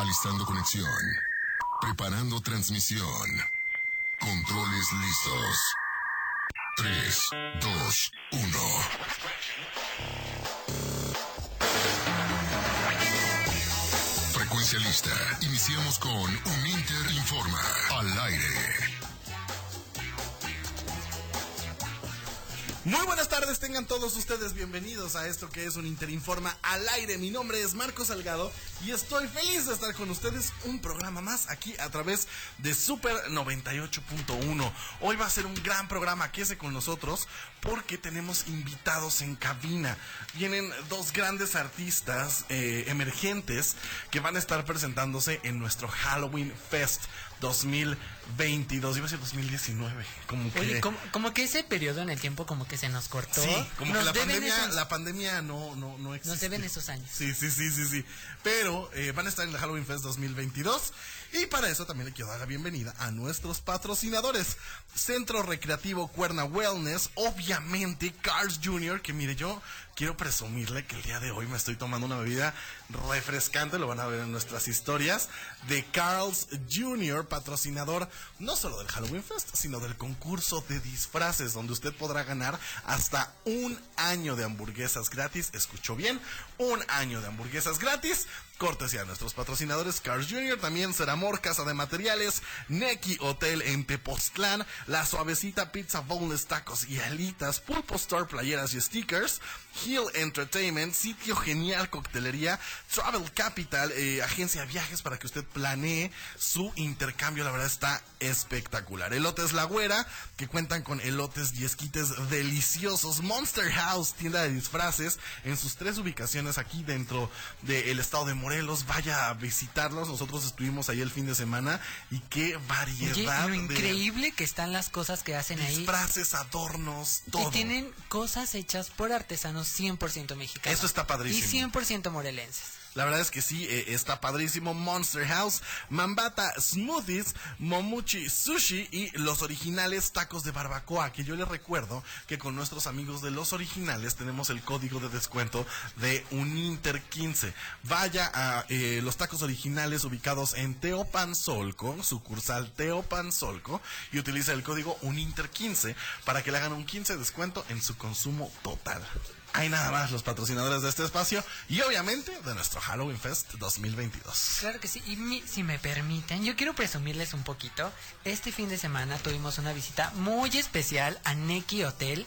Alistando conexión. Preparando transmisión. Controles listos. 3, 2, 1. Frecuencia lista. Iniciamos con Uninter Informa. Al aire. Muy buenas tardes, tengan todos ustedes bienvenidos a esto que es Uninter Informa al aire. Mi nombre es Marco Salgado y estoy feliz de estar con ustedes un programa más aquí a través de Super 98.1. Hoy va a ser un gran programa, quédese con nosotros porque tenemos invitados en cabina. Vienen dos grandes artistas emergentes que van a estar presentándose en nuestro Halloween Fest 2022, iba a ser 2019. Oye, como que ese periodo en el tiempo como que se nos cortó. Sí, como nos que la pandemia no existe. Nos deben esos años. Sí. Pero van a estar en el Halloween Fest 2022 y para eso también le quiero dar la bienvenida a nuestros patrocinadores. Centro Recreativo Cuerna Wellness, obviamente Carl's Jr., que mire, yo quiero presumirle que el día de hoy me estoy tomando una bebida refrescante, lo van a ver en nuestras historias, de Carl's Jr., patrocinador no solo del Halloween Fest, sino del concurso de disfraces, donde usted podrá ganar hasta un año de hamburguesas gratis. Escuchó bien, un año de hamburguesas gratis, cortesía de nuestros patrocinadores Carl's Jr., también Ceramor, Casa de Materiales, Neki Hotel en Tepoztlán, La Suavecita Pizza, Boneless Tacos y Alitas, Pulpo Store, playeras y stickers, Hill Entertainment, Sitio Genial Coctelería, Travel Capital, agencia de viajes para que usted planee su intercambio. La verdad está espectacular. Elotes La Güera, que cuentan con elotes y esquites deliciosos. Monster House, tienda de disfraces en sus 3 ubicaciones aquí dentro del estado de Morelos. Vaya a visitarlos. Nosotros estuvimos ahí el fin de semana y qué variedad. Oye, lo increíble que están las cosas que hacen ahí. Disfraces, adornos, todo. Y tienen cosas hechas por artesanos 100% mexicanos. Eso está padrísimo. Y 100% morelenses. La verdad es que sí, está padrísimo. Monster House, Mambata Smoothies, Momuchi Sushi y los originales tacos de barbacoa, que yo les recuerdo que con nuestros amigos de los originales tenemos el código de descuento de Uninter15. Vaya a los tacos originales ubicados en Teopanzolco, sucursal Teopanzolco, y utiliza el código Uninter15 para que le hagan un 15% de descuento en su consumo total. Hay nada más, los patrocinadores de este espacio y obviamente de nuestro Halloween Fest 2022. Claro que sí, y si me permiten, yo quiero presumirles un poquito. Este fin de semana tuvimos una visita muy especial a Neki Hotel,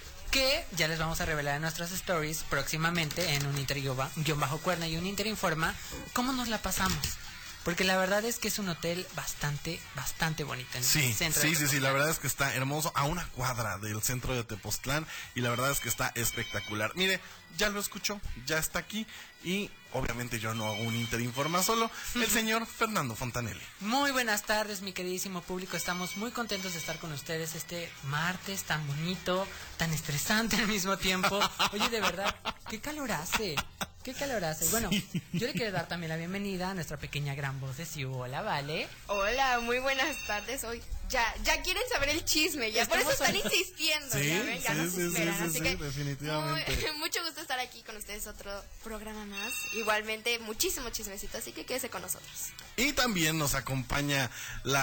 que ya les vamos a revelar en nuestras stories próximamente en Uninter-Cuerna y Uninter Informa cómo nos la pasamos. Porque la verdad es que es un hotel bastante bonito en el centro. Sí, la verdad es que está hermoso, a una cuadra del centro de Tepoztlán, y la verdad es que está espectacular. Mire, ya lo escuchó, ya está aquí, y obviamente yo no hago un Interinforma solo, el señor Fernando Fontanelli. Muy buenas tardes, mi queridísimo público, estamos muy contentos de estar con ustedes este martes tan bonito, tan estresante al mismo tiempo. Oye, de verdad, qué calor hace. ¿Qué calor hace? Bueno, yo le quiero dar también la bienvenida a nuestra pequeña gran voz de Siu. Hola, Vale. Hola, muy buenas tardes. Hoy ya quieren saber el chisme, ya por eso están insistiendo. Sí, ya ven, ya nos esperan. Así que definitivamente. mucho gusto estar aquí con ustedes, otro programa más. Igualmente, muchísimo chismecito, así que quédese con nosotros. Y también nos acompaña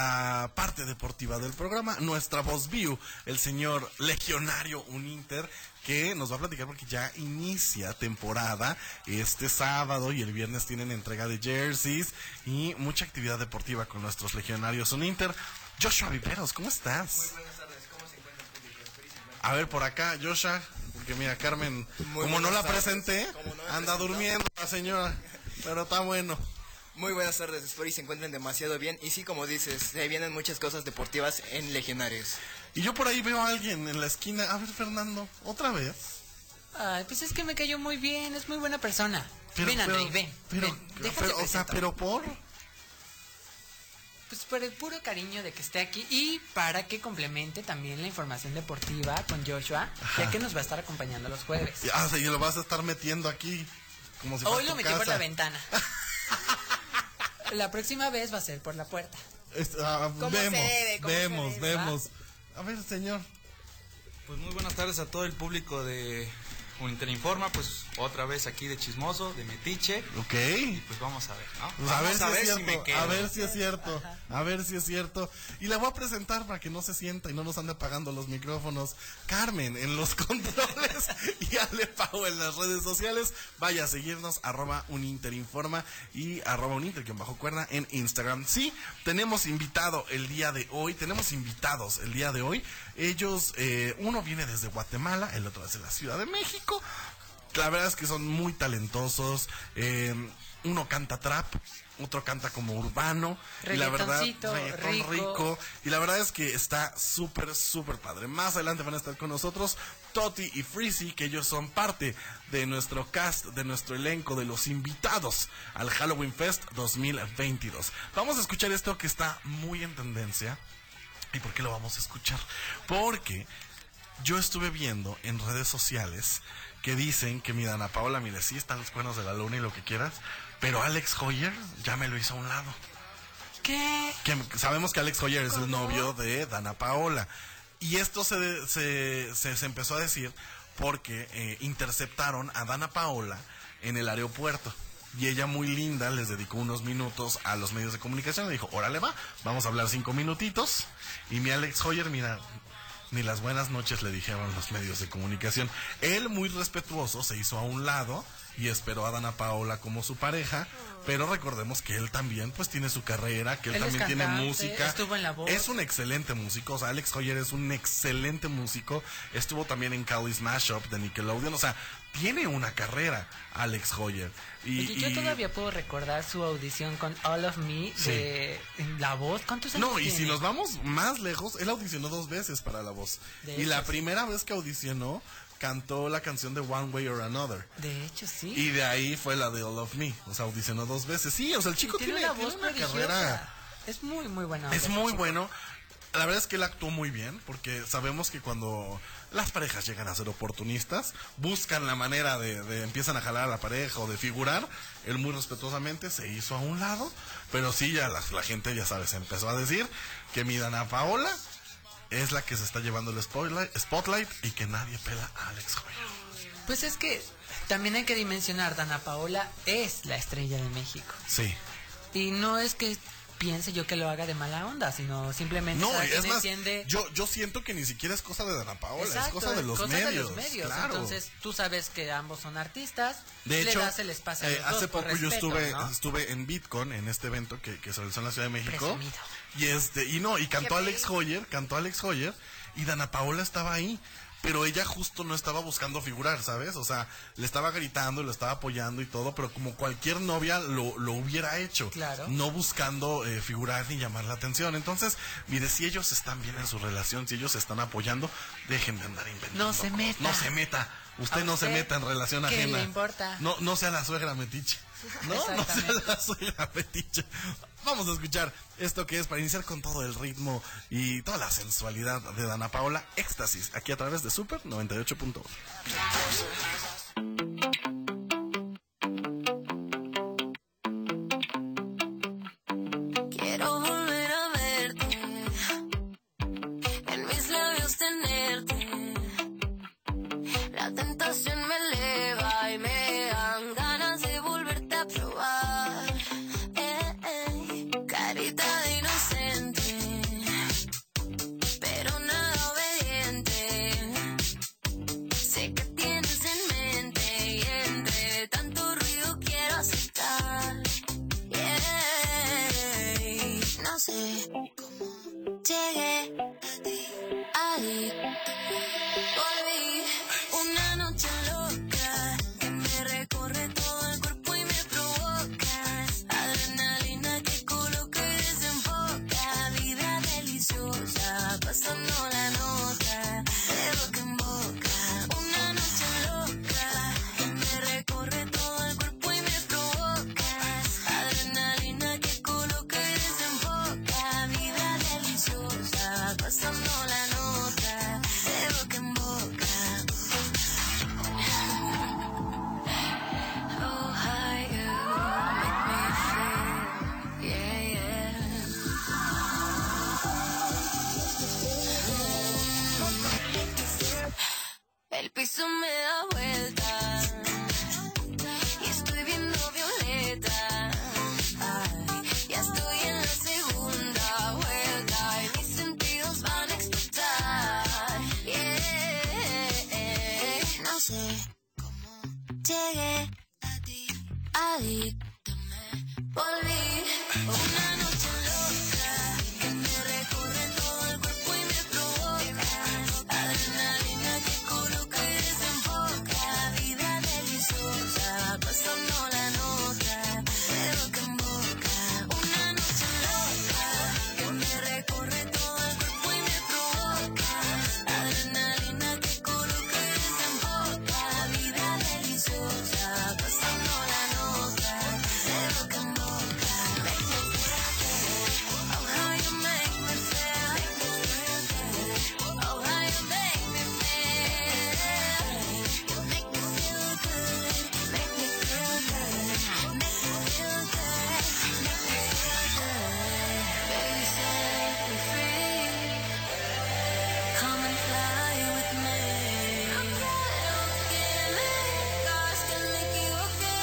la parte deportiva del programa, nuestra voz View, el señor Legionario Uninter, que nos va a platicar porque ya inicia temporada este sábado y el viernes tienen entrega de jerseys y mucha actividad deportiva con nuestros legionarios Uninter. Joshua Viveros, ¿cómo estás? Muy buenas tardes, ¿cómo se encuentra el público? A ver, por acá, Joshua, porque mira, Carmen, como no la presenté, anda durmiendo la señora, pero está bueno. Muy buenas tardes, espero y se encuentren demasiado bien. Y sí, como dices, se vienen muchas cosas deportivas en Legionarios. Y yo por ahí veo a alguien en la esquina. A ver, Fernando, ¿otra vez? Ay, pues es que me cayó muy bien, es muy buena persona. Ven, Andrei, ven. O sea, pero por... Pues por el puro cariño de que esté aquí y para que complemente también la información deportiva con Joshua, ya que nos va a estar acompañando los jueves. Ah, sí, lo vas a estar metiendo aquí como si fuera Hoy lo metí por la ventana. La próxima vez va a ser por la puerta. Vemos. A ver, señor. Pues muy buenas tardes a todo el público de Uninter Informa. Pues otra vez aquí de chismoso, de metiche. Ok. Y pues vamos a ver, ¿no? Pues a ver si es si me cierto, quedo. a ver si es cierto, a ver si es cierto. Y la voy a presentar para que no se sienta y no nos ande apagando los micrófonos. Carmen en los controles y Ale Pau en las redes sociales. Vaya a seguirnos, @uninterinforma y @uninter_cuerna en Instagram. Sí, tenemos invitados el día de hoy. Ellos, uno viene desde Guatemala, el otro desde la Ciudad de México. La verdad es que son muy talentosos. Uno canta trap, otro canta como urbano. Y la verdad, reggaetón rico. Y la verdad es que está súper, súper padre. Más adelante van a estar con nosotros Toti y Freezy, que ellos son parte de nuestro cast, de nuestro elenco, de los invitados al Halloween Fest 2022. Vamos a escuchar esto que está muy en tendencia. ¿Y por qué lo vamos a escuchar? Porque yo estuve viendo en redes sociales que dicen que mi Dana Paola, mire, sí están los cuernos de la luna y lo que quieras, pero Alex Hoyer ya me lo hizo a un lado. ¿Qué? Que sabemos que Alex Hoyer es el novio de Dana Paola. Y esto se empezó a decir porque interceptaron a Dana Paola en el aeropuerto. Y ella muy linda les dedicó unos minutos a los medios de comunicación. Le dijo, órale va, vamos a hablar 5 minutitos. Y mi Alex Hoyer, mira, ni las buenas noches le dijeron los medios de comunicación. Él, muy respetuoso, se hizo a un lado y esperó a Dana Paola como su pareja. Pero recordemos que él también pues tiene su carrera, que él también tiene música. Estuvo en La Voz. Es un excelente músico, o sea, Alex Hoyer es un excelente músico. Estuvo también en Callie's Mashup de Nickelodeon, o sea, tiene una carrera Alex Hoyer. Oye, yo todavía puedo recordar su audición con All of Me de La Voz. ¿Cuántos años No, y tiene? si nos vamos más lejos, él audicionó 2 veces para La Voz. Y la primera vez que audicionó, cantó la canción de One Way or Another. De hecho, sí. Y de ahí fue la de All of Me. O sea, audicionó 2 veces. Sí, o sea, el chico tiene una voz una prodigiosa. carrera. Es muy, muy buena. Es muy bueno. La verdad es que él actuó muy bien, porque sabemos que cuando las parejas llegan a ser oportunistas, buscan la manera de empiezan a jalar a la pareja o de figurar. Él muy respetuosamente se hizo a un lado, pero sí, ya la gente, ya sabes, empezó a decir que mi Dana Paola es la que se está llevando el spotlight y que nadie pela a Alex Hoyer. Pues es que también hay que dimensionar, Dana Paola es la estrella de México. Sí. Y no es que piense yo que lo haga de mala onda, sino simplemente No, cada es quien más, entiende. yo siento que ni siquiera es cosa de Dana Paola, Exacto, es cosa de los medios. Claro. Entonces tú sabes que ambos son artistas, De le hecho, das el espacio a los hace dos por poco yo respeto, ¿no? estuve en Bitcoin, en este evento que se realizó en la Ciudad de México. Presumido. Y cantó Alex Hoyer, y Dana Paola estaba ahí. Pero ella justo no estaba buscando figurar, ¿sabes? O sea, le estaba gritando, lo estaba apoyando y todo, pero como cualquier novia lo hubiera hecho. Claro. No buscando figurar ni llamar la atención. Entonces, mire, si ellos están bien en su relación, si ellos se están apoyando, dejen de andar inventando. No se meta. No se meta. Usted no se meta en relación ¿qué ajena. le importa? No sea la suegra metiche. No sea la suegra metiche. Vamos a escuchar esto que es para iniciar con todo el ritmo y toda la sensualidad de Dana Paola, Éxtasis, aquí a través de Super 98.1. Quiero volver a verte, en mis labios tenerte. La tentación me eleva y me dan ganas de volverte a probar. Carita de inocente, pero nada obediente. Sé que tienes en mente Volví una noche loca que me recorre todo el cuerpo y me provoca. Adrenalina que coloca y desenfoca. Vida deliciosa, pasando la nota de boca en boca. Una noche loca que me recorre todo el cuerpo y me provoca. Adrenalina que coloca y desenfoca. Vida deliciosa, pasando la nota de boca en boca. Make me feel good. Oh, how you make me feel. Oh, how you make me feel. You make me feel good. Make me feel good. Make me feel good. Make me feel good. Baby, set me free. Come and fly with me. No que me digas que me equivoqué.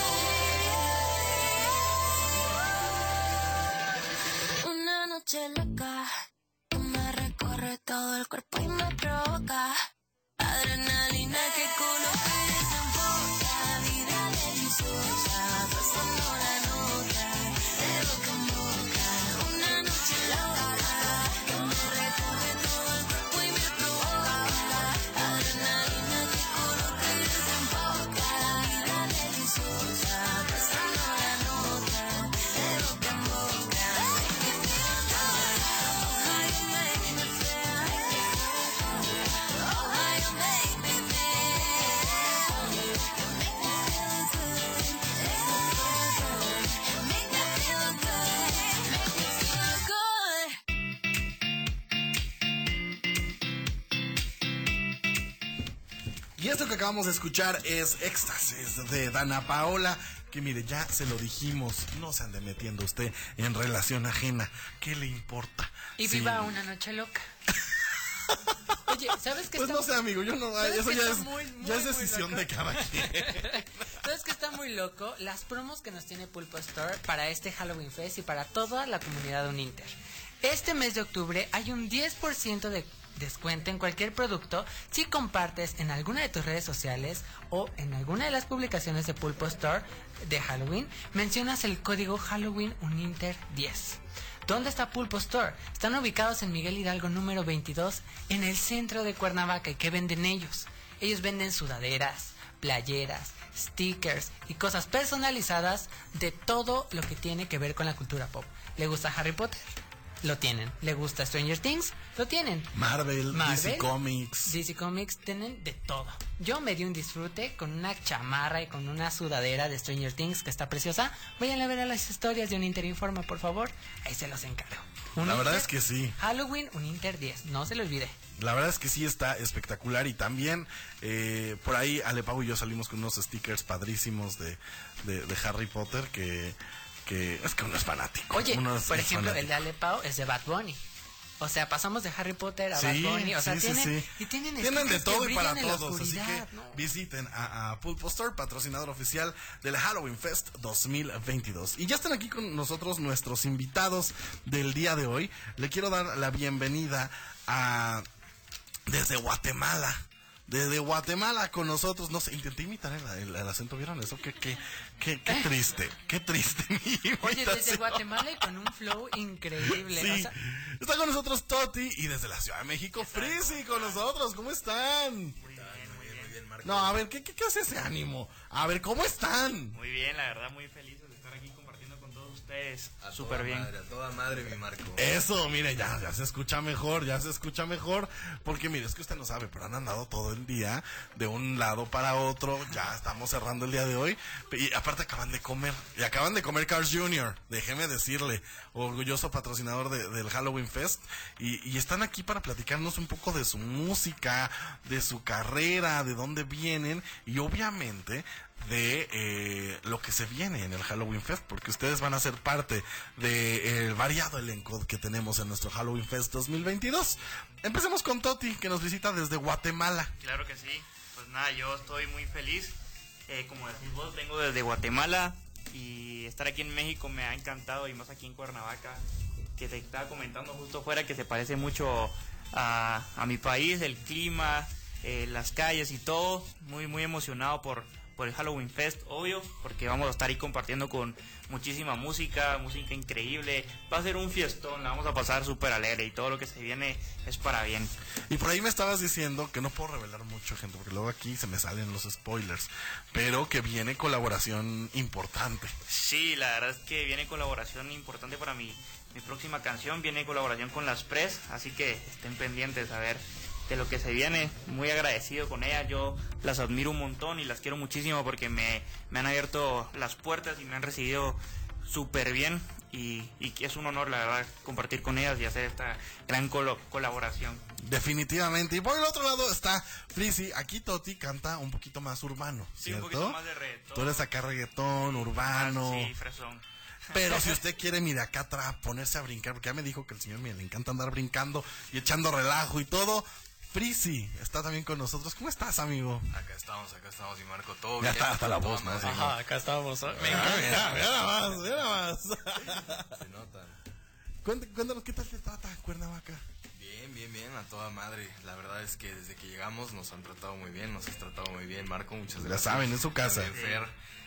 Una noche loca que me recorre todo el cuerpo y me provoca. Adrenalina que coloca y desenfoca. Vida deliciosa, pasando la nota de boca en boca. Una noche loca que me recorre todo el cuerpo y me provoca. Adrenalina que coloca y desenfoca. Vida deliciosa, pasando la nota de boca en boca. Make me feel good. Oh, how you make me feel. Oh, how you make me feel. You make me feel good. Make me feel good. Make me feel good. Y esto que acabamos de escuchar es Éxtasis de Dana Paola. Que mire, ya se lo dijimos, no se ande metiendo usted en relación ajena. ¿Qué le importa? Y Sí. viva una noche loca. Oye, ¿sabes qué Pues está no sé, amigo, yo no, ¿sabes eso qué ya está es, muy, ya es muy decisión loco? de cada quien. ¿Sabes qué está muy loco? Las promos que nos tiene Pulpo Store para este Halloween Fest y para toda la comunidad Uninter. Este mes de octubre hay un 10% de descuento en cualquier producto si compartes en alguna de tus redes sociales o en alguna de las publicaciones de Pulpo Store de Halloween, mencionas el código Halloween Uninter 10. ¿Dónde está Pulpo Store? Están ubicados en Miguel Hidalgo número 22 en el centro de Cuernavaca. ¿Y qué venden ellos? Ellos venden sudaderas, playeras, stickers y cosas personalizadas de todo lo que tiene que ver con la cultura pop. ¿Le gusta Harry Potter? Lo tienen. ¿Le gusta Stranger Things? Lo tienen. Marvel, DC Comics. DC Comics tienen de todo. Yo me di un disfrute con una chamarra y con una sudadera de Stranger Things que está preciosa. Vayan a ver a las historias de Uninter Informa, por favor. Ahí se los encargo. La verdad es que sí. Halloween Uninter 10, no se lo olvide. La verdad es que sí está espectacular y también por ahí Ale Pau y yo salimos con unos stickers padrísimos de Harry Potter que es que uno es fanático. Oye, Uno por es ejemplo, fanático. el de Ale Pau es de Bad Bunny. O sea, pasamos de Harry Potter a Bad Bunny. O sea, sí. y tienen de stickers todo que y para brillan en la todos. Así que oscuridad, ¿no? visiten a Pulpo Store, patrocinador oficial del Halloween Fest 2022. Y ya están aquí con nosotros nuestros invitados del día de hoy. Le quiero dar la bienvenida a desde Guatemala. Desde Guatemala con nosotros, no sé, intenté imitar el acento, ¿vieron eso? Qué triste, qué triste mi Oye, desde imitación. Guatemala y con un flow increíble. Sí, O sea, está con nosotros Toti y desde la Ciudad de México, Frisi con nosotros, ¿cómo están? Muy bien, Marco. No, a ver, ¿qué hace ese ánimo? A ver, ¿cómo están? Muy bien, la verdad, muy felices de estar aquí compartiendo con todos ustedes. A Súper toda bien. madre, a toda madre, mi Marco. Eso, mire, ya se escucha mejor, porque mire, es que usted no sabe, pero han andado todo el día de un lado para otro, ya estamos cerrando el día de hoy, y aparte acaban de comer Cars Jr., déjeme decirle, orgulloso patrocinador del Halloween Fest, y están aquí para platicarnos un poco de su música, de su carrera, de dónde vienen, y obviamente de lo que se viene en el Halloween Fest, porque ustedes van a ser parte del variado elenco que tenemos en nuestro Halloween Fest 2022. Empecemos con Toti, que nos visita desde Guatemala. Claro que sí. Pues nada, yo estoy muy feliz. Como decís vos, vengo desde Guatemala y estar aquí en México me ha encantado, y más aquí en Cuernavaca, que te estaba comentando justo fuera que se parece mucho a mi país, el clima, las calles y todo. Muy, muy emocionado por por el Halloween Fest, obvio, porque vamos a estar ahí compartiendo con muchísima música increíble. Va a ser un fiestón, la vamos a pasar súper alegre y todo lo que se viene es para bien. Y por ahí me estabas diciendo que no puedo revelar mucho, gente, porque luego aquí se me salen los spoilers, pero que viene colaboración importante. Sí, la verdad es que viene colaboración importante para mi próxima canción, viene colaboración con Las Pres, así que estén pendientes a ver de lo que se viene. Muy agradecido con ellas, yo las admiro un montón y las quiero muchísimo porque me han abierto las puertas y me han recibido súper bien y es un honor, la verdad, compartir con ellas y hacer esta gran colaboración. Definitivamente. Y por el otro lado está Frizzy. Aquí Toti canta un poquito más urbano, Sí, ¿cierto? un poquito más de reggaetón. Tú eres acá reggaetón, urbano. Sí, fresón. Pero si usted quiere, mire, acá atrás, ponerse a brincar, porque ya me dijo que el señor, mire, le encanta andar brincando y echando relajo y todo. Frizzy está también con nosotros. ¿Cómo estás, amigo? Acá estamos, y Marco, todo Ya bien. está hasta la voz, ¿no? Sí, Ajá, acá estamos. Mira nada más, mira nada más. se notan. Cuéntanos, ¿qué tal te trata Cuernavaca? Bien, a toda madre. La verdad es que desde que llegamos nos han tratado muy bien, nos has tratado muy bien, Marco, muchas gracias. Ya saben, es su casa. También,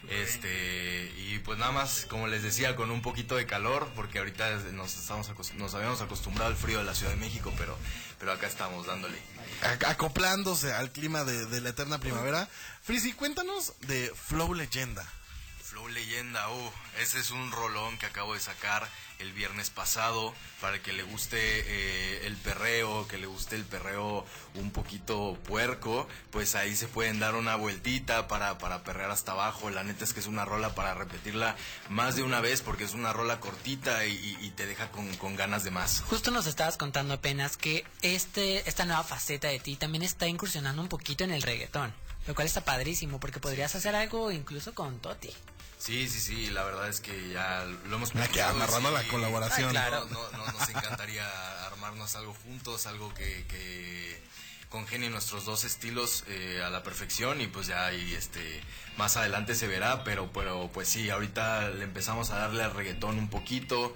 Fer. Y pues nada más, como les decía, con un poquito de calor, porque ahorita nos habíamos acostumbrado al frío de la Ciudad de México, pero acá estamos dándole. Acoplándose al clima de la eterna primavera. Frizzy, cuéntanos de Flow Leyenda. Flow Leyenda, ese es un rolón que acabo de sacar el viernes pasado para el que le guste el perreo, que le guste el perreo un poquito puerco, pues ahí se pueden dar una vueltita para perrear hasta abajo. La neta es que es una rola para repetirla más de una vez porque es una rola cortita y te deja con ganas de más. Justo nos estabas contando apenas que esta nueva faceta de ti también está incursionando un poquito en el reggaetón, lo cual está padrísimo porque podrías hacer algo incluso con Toti. Sí, la verdad es que ya lo hemos Ya que amarrando la colaboración. Claro. Nos encantaría armarnos algo juntos, algo que congenie nuestros dos estilos a la perfección y pues ya ahí más adelante se verá, pero pues sí, ahorita le empezamos a darle al reggaetón un poquito,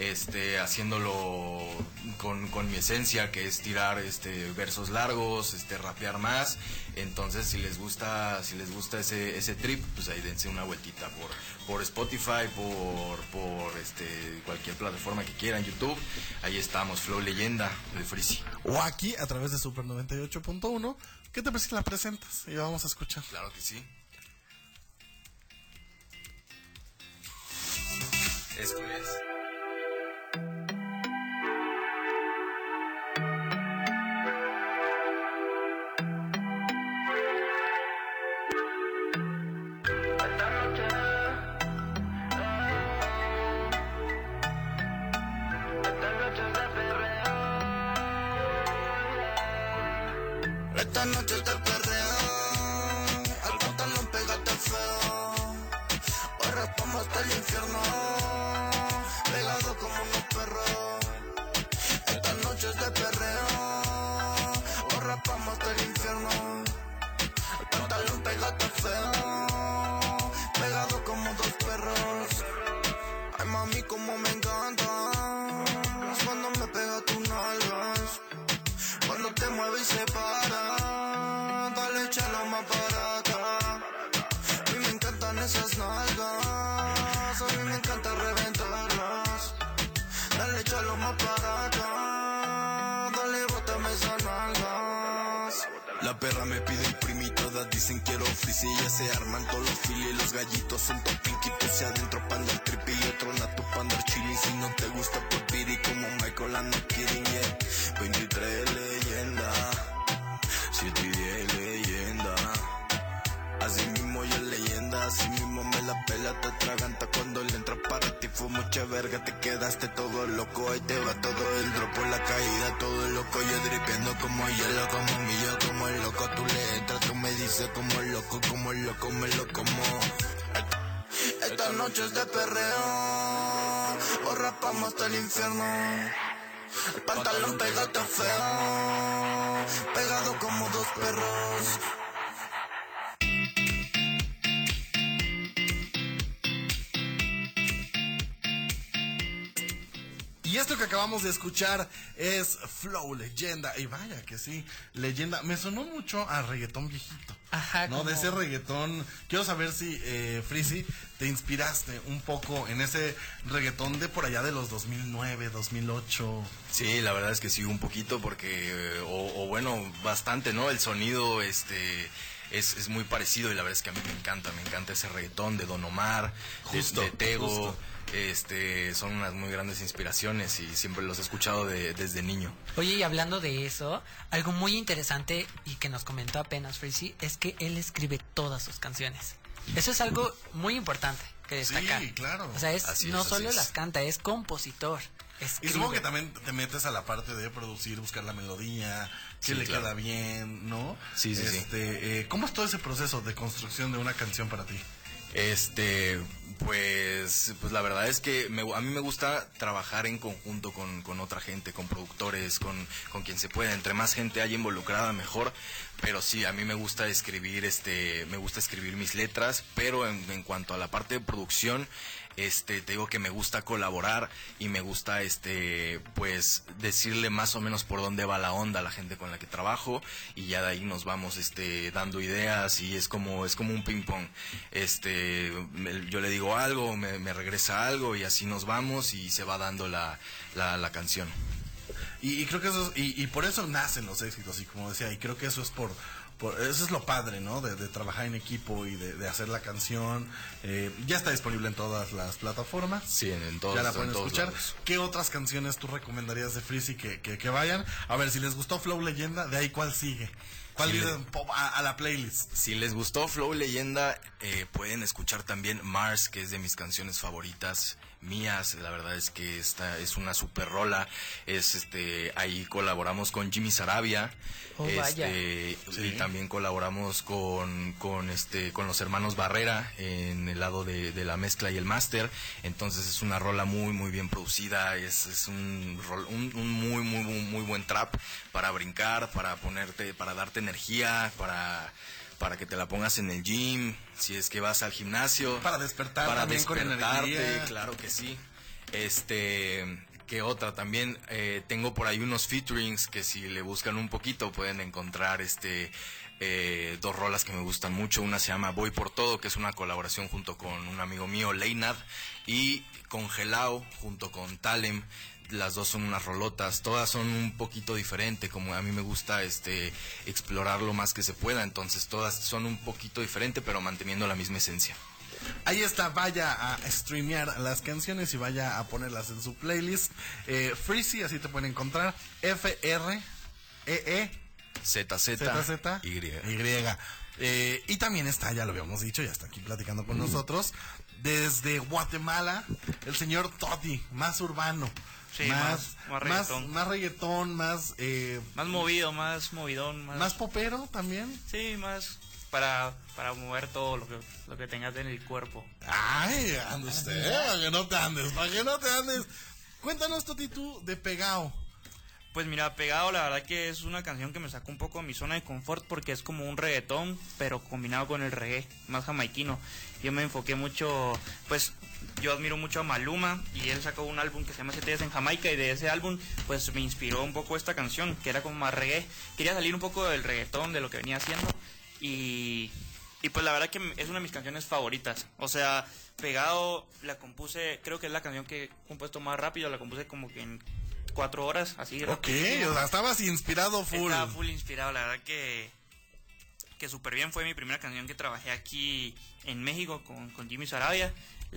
haciéndolo con mi esencia, que es tirar versos largos, rapear más. Entonces si les gusta ese trip, pues ahí dense una vueltita por Spotify, por cualquier plataforma que quieran, YouTube. Ahí estamos, Flow Leyenda de Frizzy. O aquí a través de Super 98.1. ¿Qué te parece que la presentas? Y vamos a escuchar. Claro que sí. Esto es esta noche te perreo, al pantalón pégate feo, hoy raspamos hasta el infierno, pegado como unos perros. Esta noche es de perreo, hoy raspamos hasta el infierno, al pantalón pégate feo, pegado como dos perros. Ay mami como me encanta cuando me pega tus nalgas, cuando te mueves y se para, dale échalo más para acá. A mí me encantan esas nalgas, a mí me encanta reventarlas. Dale échalo más para acá, dale bótame esas nalgas. La perra me pide el primi, todas dicen quiero Frizzy. Ya se arman todos los filis, los gallitos son top pinky. Puse adentro pa' andar trippy y otro nato pa' andar chilling. Si no te gusta pues piri como Michael, I'm not kidding, yeah. 23 leyenda, 7 y 10 leyenda. Así mismo yo leyenda, así mismo me la pela, te atraganta cuando le entra para ti. Fue mucha verga, te quedaste todo loco. Ahí te va todo el drop por la caída, todo loco. Yo dripeando como hielo, como millo, como el loco. Tú le entras, tú me dices como el loco, me lo como. Esta noche es de perreo, o rapamos hasta el infierno. El pantalón pégate feo, pegado como dos perros. Y esto que acabamos de escuchar es Flow Leyenda. Y vaya que sí, Leyenda. Me sonó mucho a reggaetón viejito. Ajá, ¿no? como... De ese reggaetón. Quiero saber si, Freezy, te inspiraste un poco en ese reggaetón de por allá de los 2009, 2008. Sí, la verdad es que sí, un poquito, porque, o bueno, bastante, ¿no? El sonido, es muy parecido y la verdad es que a mí me encanta ese reggaetón de Don Omar, de Tego. Justo. Son unas muy grandes inspiraciones y siempre los he escuchado desde niño. Oye, y hablando de eso, algo muy interesante y que nos comentó apenas Freezy es que él escribe todas sus canciones. Eso es algo muy importante que destacar. Sí, claro. O sea, no así solo es. las canta, es compositor. Y supongo que también te metes a la parte de producir, buscar la melodía, que Sí, le claro. queda bien, ¿no? Sí. ¿Cómo es todo ese proceso de construcción de una canción para ti? Pues la verdad es que a mí me gusta trabajar en conjunto con otra gente, con productores, con quien se pueda. Entre más gente haya involucrada, mejor. Pero sí, a mí me gusta escribir, mis letras, pero en cuanto a la parte de producción, te digo que me gusta colaborar y me gusta, pues, decirle más o menos por dónde va la onda a la gente con la que trabajo y ya de ahí nos vamos, dando ideas y es como un ping pong. Yo le digo algo, me regresa algo y así nos vamos y se va dando la canción. Y creo que eso y por eso nacen los éxitos, y como decía, y creo que eso es eso es lo padre, ¿no? De trabajar en equipo y de hacer la canción. Ya está disponible en todas las plataformas. Sí, en todos, ya la pueden en todos escuchar. lados. ¿Qué otras canciones tú recomendarías de Freezy que vayan? A ver, si les gustó Flow Leyenda, de ahí ¿cuál sigue? ¿Cuál viene a la playlist? Si les gustó Flow Leyenda, pueden escuchar también Mars, que es de mis canciones favoritas mías. La verdad es que esta es una super rola. Ahí colaboramos con Jimmy Sarabia. Oh, vaya. Y también colaboramos con los hermanos Barrera en el lado de la mezcla y el máster. Entonces es una rola muy muy bien producida. Es un muy muy muy buen trap para brincar, para darte energía, para que te la pongas en el gym, si es que vas al gimnasio. Para despertar también con energía. Claro que sí. ¿Qué otra? También tengo por ahí unos featurings que si le buscan un poquito pueden encontrar dos rolas que me gustan mucho. Una se llama Voy por Todo, que es una colaboración junto con un amigo mío, Leinad, y Congelao junto con Talem. Las dos son unas rolotas, todas son un poquito diferentes, como a mí me gusta explorar lo más que se pueda, entonces todas son un poquito diferentes, pero manteniendo la misma esencia. Ahí está, vaya a streamear las canciones y vaya a ponerlas en su playlist. Freezy, así te pueden encontrar. FREE ZZ Y también está, ya lo habíamos dicho, ya está aquí platicando con nosotros. Desde Guatemala, el señor Toti, más urbano. Sí, más reggaetón. Más reggaetón, más movido, más movidón. Más popero también. Sí, más para mover todo lo que tengas en el cuerpo. Ay, ande usted, para que no te andes. Cuéntanos, Toti, tú de Pegao. Pues mira, Pegado, la verdad que es una canción que me sacó un poco de mi zona de confort porque es como un reggaetón, pero combinado con el reggae, más jamaiquino. Yo me enfoqué mucho, pues yo admiro mucho a Maluma y él sacó un álbum que se llama 7 días en Jamaica y de ese álbum pues me inspiró un poco esta canción, que era como más reggae. Quería salir un poco del reggaetón, de lo que venía haciendo y pues la verdad que es una de mis canciones favoritas. O sea, Pegado la compuse, creo que es la canción que he compuesto más rápido, la compuse como que en 4 horas, así. Ok, o sea, estabas inspirado full. Estaba full inspirado, la verdad que súper bien. Fue mi primera canción que trabajé aquí en México con Jimmy Sarabia.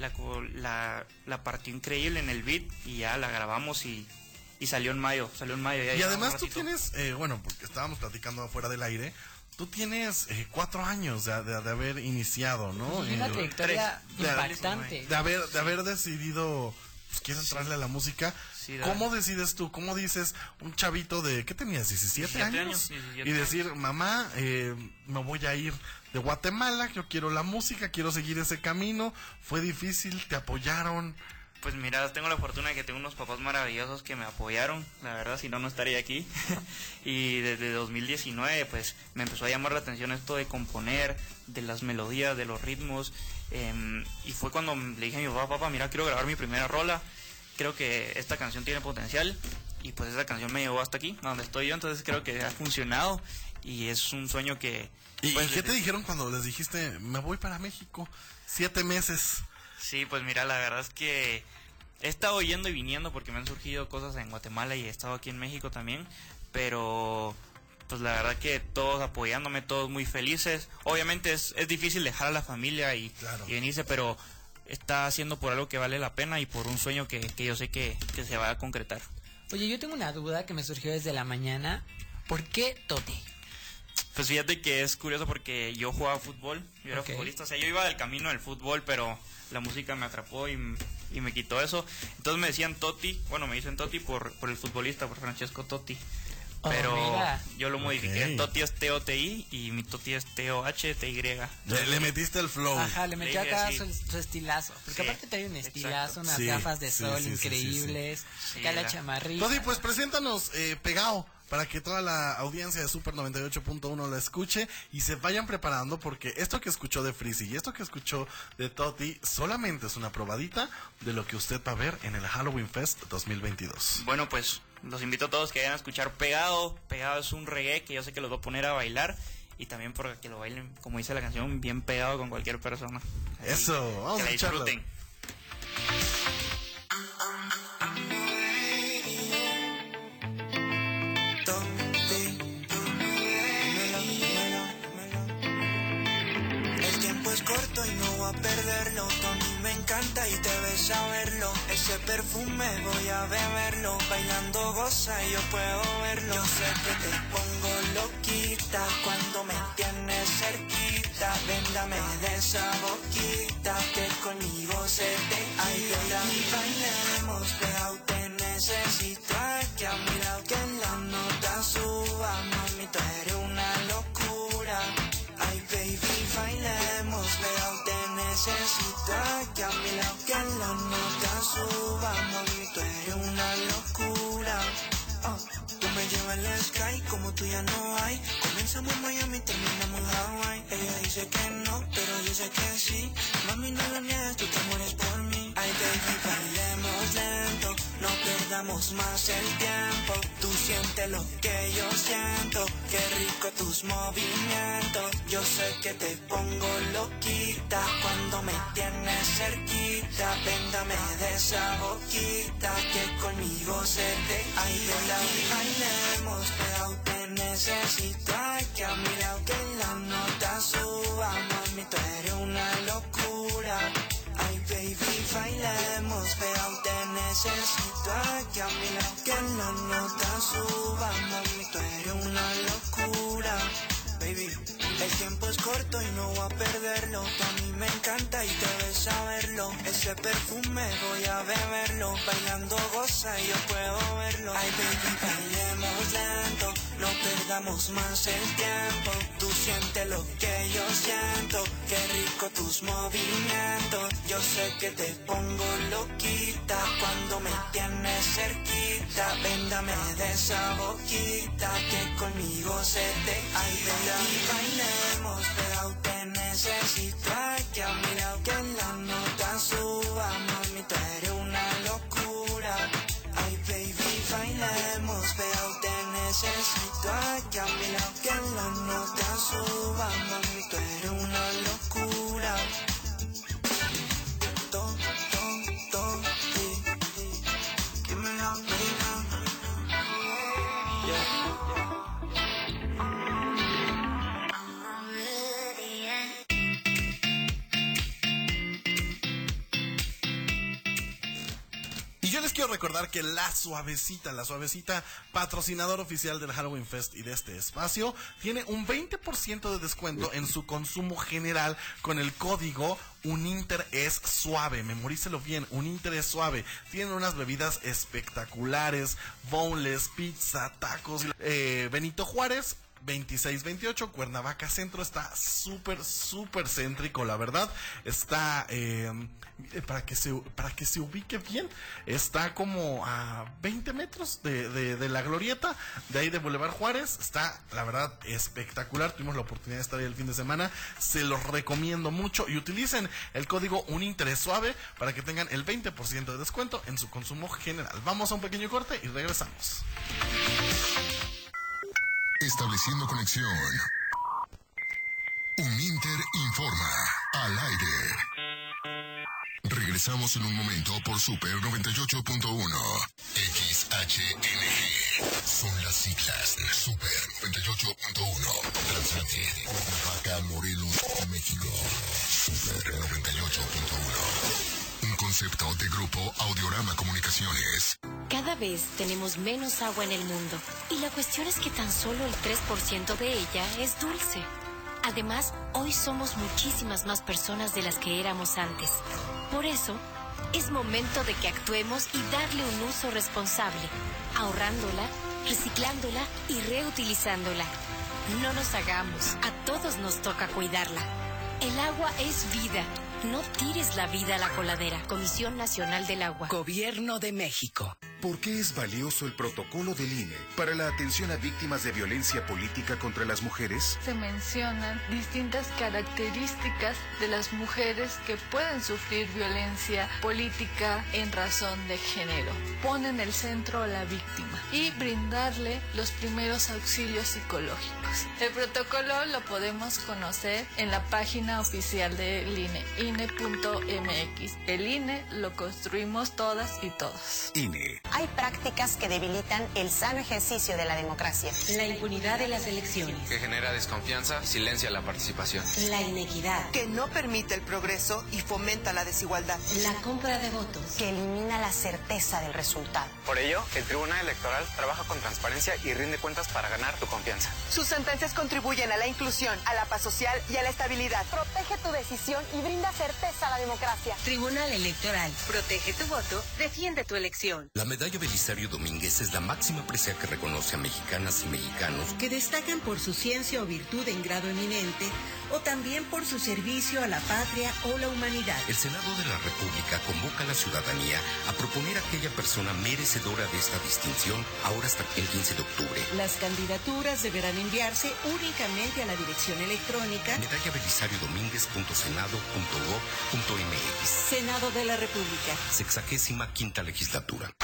La partió increíble en el beat y ya la grabamos y salió en mayo. Y además tú tienes, bueno, porque estábamos platicando afuera del aire, tú tienes 4 años de haber iniciado, ¿no? Una trayectoria impactante. De haber decidido, pues quiero entrarle a la música. Sí, ¿Cómo decides tú? ¿Cómo dices un chavito de, ¿qué tenías? 17 años. 17 y decir, mamá, me voy a ir de Guatemala, yo quiero la música, quiero seguir ese camino. ¿Fue difícil? ¿Te apoyaron? Pues mira, tengo la fortuna de que tengo unos papás maravillosos que me apoyaron, la verdad, si no, no estaría aquí. Y desde 2019, pues, me empezó a llamar la atención esto de componer, de las melodías, de los ritmos. Y fue cuando le dije a mi papá, mira, quiero grabar mi primera rola. Creo que esta canción tiene potencial. Y pues esa canción me llevó hasta aquí, donde estoy yo, entonces creo que ha funcionado. y es un sueño que... ¿Y pues, qué te dijeron cuando les dijiste, me voy para México, 7 meses? Sí, pues mira, la verdad es que he estado yendo y viniendo porque me han surgido cosas en Guatemala y he estado aquí en México también, pero pues la verdad que todos apoyándome, todos muy felices. Obviamente es difícil dejar a la familia y venirse, pero está haciendo por algo que vale la pena y por un sueño que yo sé que se va a concretar. Oye, yo tengo una duda que me surgió desde la mañana. ¿Por qué Toti? Pues fíjate que es curioso porque yo jugaba fútbol, yo era futbolista, o sea, yo iba del camino del fútbol, pero la música me atrapó y me quitó eso. Entonces me decían Totti, bueno, me dicen Totti por el futbolista, por Francesco Totti. Pero yo lo modifiqué, Totti es T-O-T-I y mi Totti es T-O-H-T-Y. Le metiste el flow. Ajá, le metió acá su estilazo. Porque aparte trae un estilazo, unas gafas de sol increíbles, acá la chamarrita. Totti, pues preséntanos Pegao, para que toda la audiencia de Super 98.1 la escuche y se vayan preparando, porque esto que escuchó de Freezy y esto que escuchó de Totti solamente es una probadita de lo que usted va a ver en el Halloween Fest 2022. Bueno, pues los invito a todos que vayan a escuchar Pegado. Pegado es un reggae que yo sé que los va a poner a bailar y también para que lo bailen, como dice la canción, bien pegado con cualquier persona. Ahí, eso, vamos que a la escucharlo. disfruten. Corto y no voy a perderlo. Tony me encanta y debes saberlo. Ese perfume voy a beberlo. Bailando goza y yo puedo verlo. Yo sé que te pongo loquita cuando me tienes cerquita. Véndame de esa boquita que conmigo se te quita. Y bailemos, pegado te necesito aquí a mi lado, que la nota suba. Mami, tú eres una locura. Ay, baby, bailemos, pegado te necesito aquí a mi lado, que la nota suba. Mami, tú eres una locura. Tú me llevas al sky como tú ya no hay. Comenzamos en Miami, terminamos en Hawaii. Ella dice que no, pero yo sé que sí. Mami, no lo niegues, tú te mueres por mí. Ay, baby, bailemos lento, no perdamos más el tiempo. Tú sientes lo que yo siento, qué rico tus movimientos. Yo sé que te pongo loquita cuando me tienes cerquita. Véndame de esa boquita que conmigo se te quita. Bailemos, pegado te necesito aquí a mi lado, que la nota suba. Mami, tú eres una locura. Ay, baby, bailemos, pegado te necesito aquí a mi lado, que la nota suba. Mami, tú eres una locura. Baby, el tiempo es corto y no voy a perderlo. Tú a mí me encanta y debes saberlo. Ese perfume voy a beberlo. Bailando goza y yo puedo verlo. Ay, baby, bailemos lento, no perdamos más el tiempo. Tú sientes lo que yo siento, qué rico tus movimientos. Yo sé que te pongo loquita cuando me tienes cerquita. Véndame de esa boquita que conmigo se te quita. Y bailemos, pegado te necesito aquí a mi lado, que la nota suba. Mami, tú eres una locura. Ay, baby, bailemos, pegado te necesito aquí a mi lado, que la nota suba. Mami, tú eres una locura. Give me love, baby. Yo les quiero recordar que La Suavecita, patrocinador oficial del Halloween Fest y de este espacio, tiene un 20% de descuento en su consumo general con el código Uninter es suave. Memorícelo bien, Uninter es suave. Tienen unas bebidas espectaculares, boneless, pizza, tacos. Benito Juárez 2628, Cuernavaca Centro, está súper céntrico, la verdad. Está, para que se ubique bien, está como a 20 metros de la glorieta, de ahí de Boulevard Juárez. Está, la verdad, espectacular. Tuvimos la oportunidad de estar ahí el fin de semana. Se los recomiendo mucho y utilicen el código Uninterés Suave para que tengan el 20% de descuento en su consumo general. Vamos a un pequeño corte y regresamos. Estableciendo conexión. Uninter informa al aire. Regresamos en un momento por Super 98.1. XHNG. Son las siglas de Super 98.1. Transmite de Cuernavaca, Morelos, México. Super 98.1. Un concepto de Grupo Audiorama Comunicaciones. Cada vez tenemos menos agua en el mundo. Y la cuestión es que tan solo el 3% de ella es dulce. Además, hoy somos muchísimas más personas de las que éramos antes. Por eso, es momento de que actuemos y darle un uso responsable, ahorrándola, reciclándola y reutilizándola. No nos hagamos, a todos nos toca cuidarla. El agua es vida. No tires la vida a la coladera. Comisión Nacional del Agua. Gobierno de México. ¿Por qué es valioso el protocolo del INE para la atención a víctimas de violencia política contra las mujeres? Se mencionan distintas características de las mujeres que pueden sufrir violencia política en razón de género. Ponen el centro a la víctima y brindarle los primeros auxilios psicológicos. El protocolo lo podemos conocer en la página oficial del INE, INE.mx. El INE lo construimos todas y todos. INE. Hay prácticas que debilitan el sano ejercicio de la democracia. La impunidad de las elecciones. Que genera desconfianza, silencia la participación. La inequidad. Que no permite el progreso y fomenta la desigualdad. La compra de votos. Que elimina la certeza del resultado. Por ello, el Tribunal Electoral trabaja con transparencia y rinde cuentas para ganar tu confianza. Sus sentencias contribuyen a la inclusión, a la paz social y a la estabilidad. Protege tu decisión y brinda certeza a la democracia. Tribunal Electoral. Protege tu voto, defiende tu elección. La medalla Belisario Domínguez es la máxima presea que reconoce a mexicanas y mexicanos que destacan por su ciencia o virtud en grado eminente o también por su servicio a la patria o la humanidad. El Senado de la República convoca a la ciudadanía a proponer a aquella persona merecedora de esta distinción ahora hasta el 15 de octubre. Las candidaturas deberán enviarse únicamente a la dirección electrónica medallaBelisario-Domínguez.senado.gov.mx. Senado de la República. 65ª legislatura.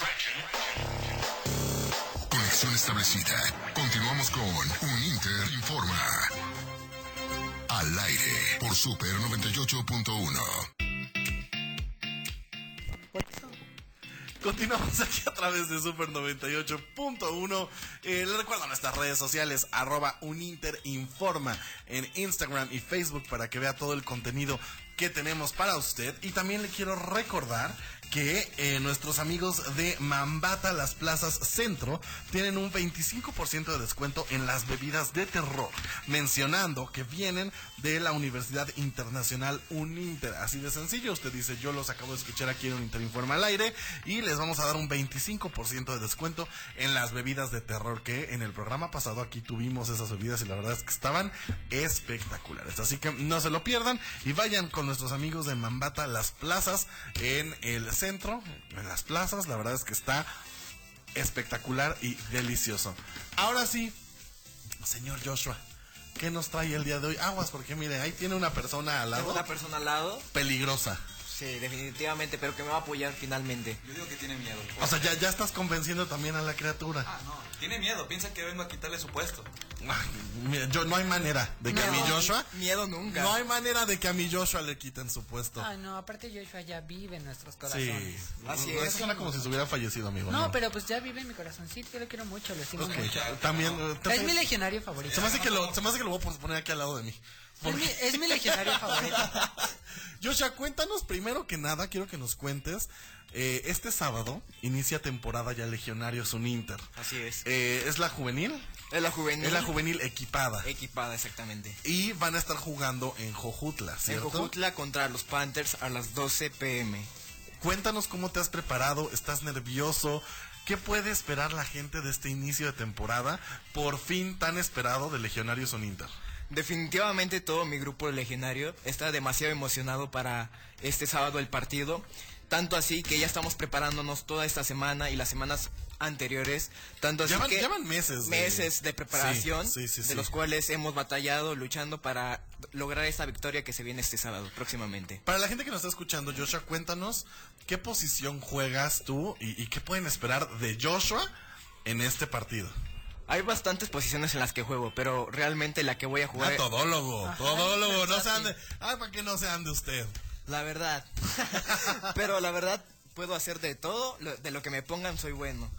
Conexión establecida. Continuamos con Uninter Informa. Al aire por Super 98.1. Continuamos aquí a través de Super 98.1. Les recuerdo nuestras redes sociales, @UninterInforma en Instagram y Facebook para que vea todo el contenido que tenemos para usted. Y también le quiero recordar que nuestros amigos de Mambata Las Plazas Centro tienen un 25% de descuento en las bebidas de terror, mencionando que vienen de la Universidad Internacional Uninter. Así de sencillo, usted dice, yo los acabo de escuchar aquí en Uninter Informa al aire, y les vamos a dar un 25% de descuento en las bebidas de terror, que en el programa pasado aquí tuvimos esas bebidas y la verdad es que estaban espectaculares. Así que no se lo pierdan y vayan con nuestros amigos de Mambata Las Plazas en el centro, en las plazas. La verdad es que está espectacular y delicioso. Ahora sí, señor Joshua, ¿qué nos trae el día de hoy? Aguas, porque mire, ahí tiene una persona al lado. ¿Tengo una persona al lado? Peligrosa. Sí, definitivamente, pero que me va a apoyar finalmente. Yo digo que tiene miedo. O sea, ya estás convenciendo también a la criatura. Ah, no, tiene miedo, piensa que vengo a quitarle su puesto. Mira, no hay manera de que a mi Joshua... Miedo nunca. No hay manera de que a mi Joshua le quiten su puesto. Ay, no, aparte Joshua ya vive en nuestros corazones. Sí, así es. Suena como si se hubiera fallecido, amigo. No, pero pues ya vive en mi corazoncito, yo lo quiero mucho, lo estimo mucho. También... Es mi legionario favorito. Se me hace que lo voy a poner aquí al lado de mí. Es mi legionario favorito. Joshua, cuéntanos primero que nada, quiero que nos cuentes. Este sábado inicia temporada ya Legionarios Uninter. Así es. ¿Es la juvenil? Es la juvenil. Es la juvenil equipada. Equipada, exactamente. Y van a estar jugando en Jojutla, ¿cierto? En Jojutla contra los Panthers a las 12 p.m. Cuéntanos cómo te has preparado, ¿estás nervioso? ¿Qué puede esperar la gente de este inicio de temporada, por fin tan esperado, de Legionarios Uninter? Definitivamente todo mi grupo legionario está demasiado emocionado para este sábado el partido. Tanto así que ya estamos preparándonos toda esta semana y las semanas anteriores. Tanto así que llevan meses de preparación, sí. de los cuales hemos batallado, luchando para lograr esta victoria que se viene este sábado, próximamente. Para la gente que nos está escuchando, Joshua, cuéntanos qué posición juegas tú y qué pueden esperar de Joshua en este partido. Hay bastantes posiciones en las que juego, pero realmente la que voy a jugar... Todólogo, no se ande... para que no se ande usted. La verdad. Pero la verdad, puedo hacer de todo, de lo que me pongan soy bueno.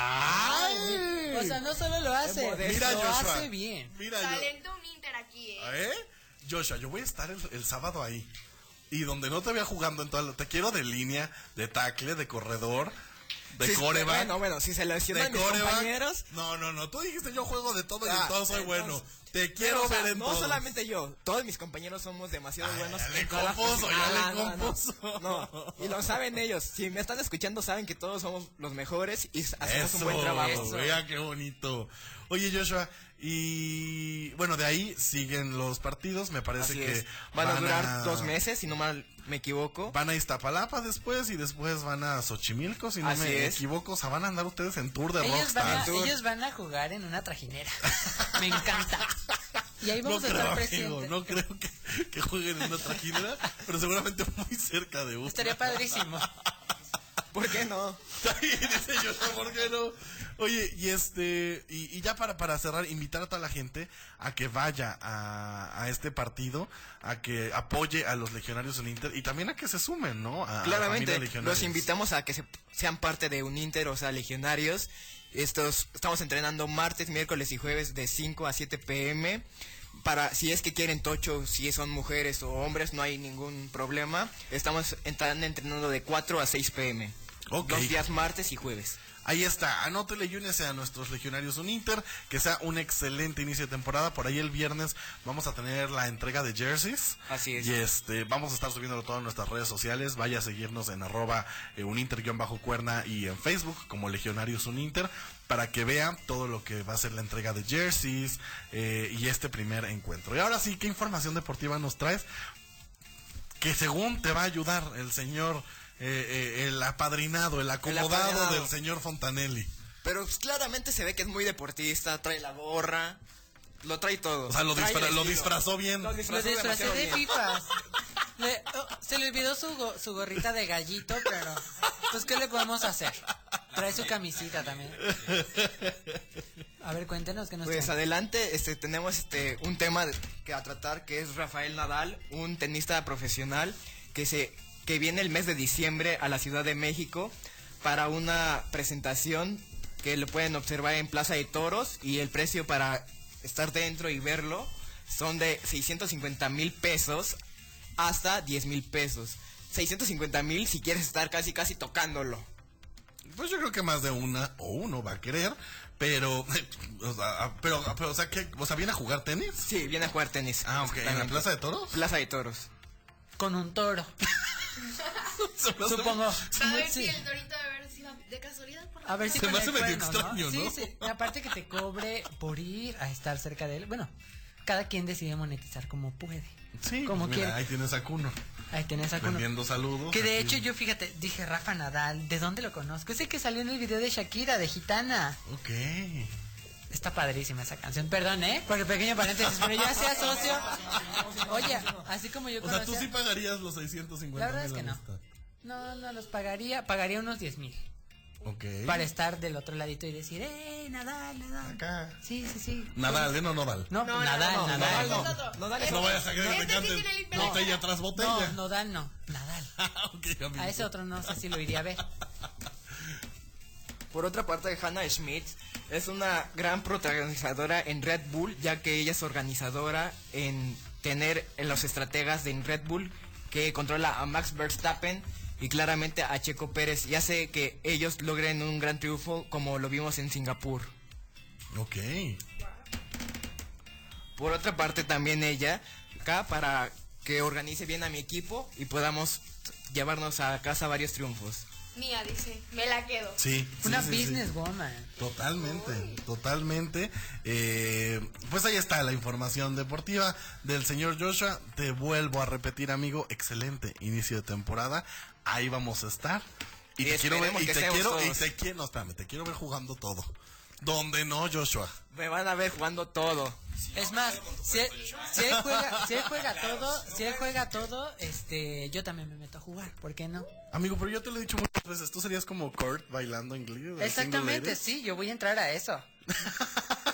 ¡Ay! O sea, no solo lo hace, Mira, lo Joshua, hace bien. Mira, Talento un Inter aquí, Joshua, yo voy a estar el sábado ahí. Y donde no te vea jugando en toda te quiero de línea, de tackle, de corredor, de coreback. Bueno, si se lesionan mis compañeros... No, tú dijiste yo juego de todo y en todo soy bueno. Te quiero pero, ver en no todo. solamente yo, todos mis compañeros somos demasiado buenos. Ya le compuso. No, y lo saben ellos. Si me están escuchando saben que todos somos los mejores y hacemos un buen trabajo. Vea qué bonito. Oye, Joshua, y bueno, de ahí siguen los partidos, me parece que van a durar 2 meses, si no mal me equivoco. Van a Iztapalapa después y después van a Xochimilco, si no me equivoco. O sea, van a andar ustedes en tour de Rockstar. Ellos van a jugar en una trajinera. Me encanta. Y ahí vamos a estar presentes. No creo que jueguen en una trajinera, pero seguramente muy cerca de uno. Estaría padrísimo. ¿Por qué no? Dice yo, ¿por qué no? Oye, y ya para cerrar, invitar a toda la gente a que vaya a este partido, a que apoye a los Legionarios en Inter y también a que se sumen, ¿no? Claramente, los invitamos a que sean parte de un Inter, o sea, Legionarios. Estamos entrenando martes, miércoles y jueves de 5 a 7 p.m. Para, si es que quieren tocho, si son mujeres o hombres, no hay ningún problema. Estamos entrenando de 4 a 6 p.m. 2 días martes y jueves. Ahí está, anótele y únese a nuestros Legionarios Uninter, que sea un excelente inicio de temporada. Por ahí el viernes vamos a tener la entrega de jerseys. Así es. Y vamos a estar subiéndolo todo en nuestras redes sociales. Vaya a seguirnos en @uninter_cuerna y en Facebook como Legionarios Uninter para que vean todo lo que va a ser la entrega de jerseys y este primer encuentro. Y ahora sí, ¿qué información deportiva nos traes? Que según te va a ayudar el señor... el apadrinado, el acomodado del señor Fontanelli. Pero pues, claramente se ve que es muy deportista, trae la gorra, lo trae todo. O sea, lo disfrazó bien. Lo disfrazé de FIFAs. Se le olvidó su gorrita de gallito, pero pues ¿qué le podemos hacer? Trae su camisita también. A ver, cuéntenos qué nos Pues trae. adelante, tenemos un tema que a tratar, que es Rafael Nadal, un tenista profesional que viene el mes de diciembre a la Ciudad de México para una presentación que lo pueden observar en Plaza de Toros, y el precio para estar dentro y verlo son de 650,000 pesos hasta 10,000 pesos. 650,000 si quieres estar casi tocándolo. Pues yo creo que más de uno va a querer, pero o sea, ¿viene a jugar tenis? Sí, viene a jugar tenis. Ah, ok. ¿En la Plaza de Toros? Plaza de Toros. Con un toro. Supongo. A ver si el torito de casualidad por A ver si se me hace medio cuerno, extraño, ¿no? Sí. Aparte que te cobre por ir a estar cerca de él. Bueno, cada quien decide monetizar como puede. Sí, como pues quiere. Ahí tienes a Cuno. Vendiendo saludos. Que de hecho yo, fíjate, dije Rafa Nadal, ¿de dónde lo conozco? Es el que salió en el video de Shakira, de Gitana. Ok. Está padrísima esa canción, perdón, porque pequeño paréntesis, pero ya sea socio. Oye, así como yo conocía... O sea, tú sí pagarías los 650,000. La verdad es que no. No los pagaría unos 10,000. Ok. Para estar del otro ladito y decir, Nadal. Acá. Sí. Nadal, no Nodal. No, Nadal. No vayas a creer que te canten botella tras botella. No, Nodal no, Nadal. Okay, a ese otro no sé si lo iría a ver. Por otra parte, Hannah Schmidt es una gran protagonizadora en Red Bull, ya que ella es organizadora en tener en los estrategas de Red Bull, que controla a Max Verstappen y claramente a Checo Pérez, y hace que ellos logren un gran triunfo como lo vimos en Singapur. Ok. Por otra parte, también ella, acá para que organice bien a mi equipo y podamos llevarnos a casa varios triunfos. Mía, dice, me la quedo. Sí. Una businesswoman. Totalmente. Pues ahí está la información deportiva del señor Joshua. Te vuelvo a repetir, amigo, excelente inicio de temporada. Ahí vamos a estar. Y te quiero ver, te quiero ver jugando todo. ¿Dónde no, Joshua? Me van a ver jugando todo. Es más, si él juega todo, yo también me meto a jugar, ¿por qué no? Amigo, pero yo te lo he dicho muchas veces, tú serías como Kurt bailando en Glee. Exactamente, sí, yo voy a entrar a eso.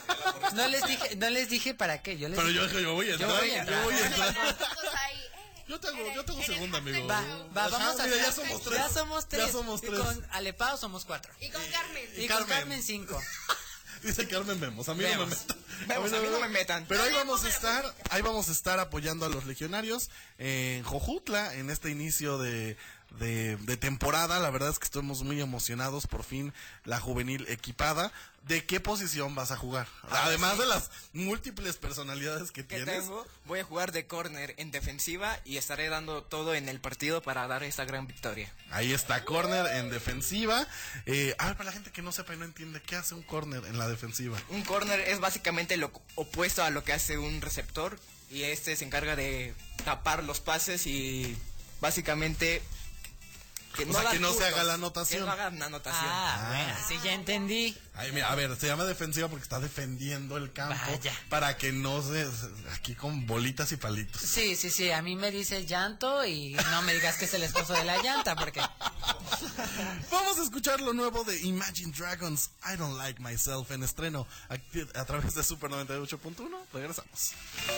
No les dije para qué. Yo voy a entrar. Yo voy a entrar. Ahí, Yo tengo segunda, amigo. Vamos a mira, ya somos tres. Ya somos tres. Y con Alepao somos 4. Y con Carmen. Y con Carmen 5. Dice Carmen Vemos, a mí no me metan. A mí no me metan. Pero ahí vamos a estar apoyando a los legionarios en Jojutla en este inicio de temporada. La verdad es que estamos muy emocionados, por fin la juvenil equipada. ¿De qué posición vas a jugar? Además de las múltiples personalidades que tienes. Voy a jugar de córner en defensiva y estaré dando todo en el partido para dar esta gran victoria. Ahí está, córner en defensiva. Para la gente que no sepa y no entiende, ¿qué hace un córner en la defensiva? Un córner es básicamente lo opuesto a lo que hace un receptor, y este se encarga de tapar los pases y básicamente que no se haga la anotación. Que no haga la anotación. Bueno, sí, ya entendí. Ay, mira, a ver, se llama defensiva porque está defendiendo el campo. Vaya. Para que no se... Aquí con bolitas y palitos. Sí, a mí me dice llanto y no me digas que es el esposo de la llanta, porque... Vamos a escuchar lo nuevo de Imagine Dragons, I Don't Like Myself, en estreno a través de Super 98.1. Regresamos.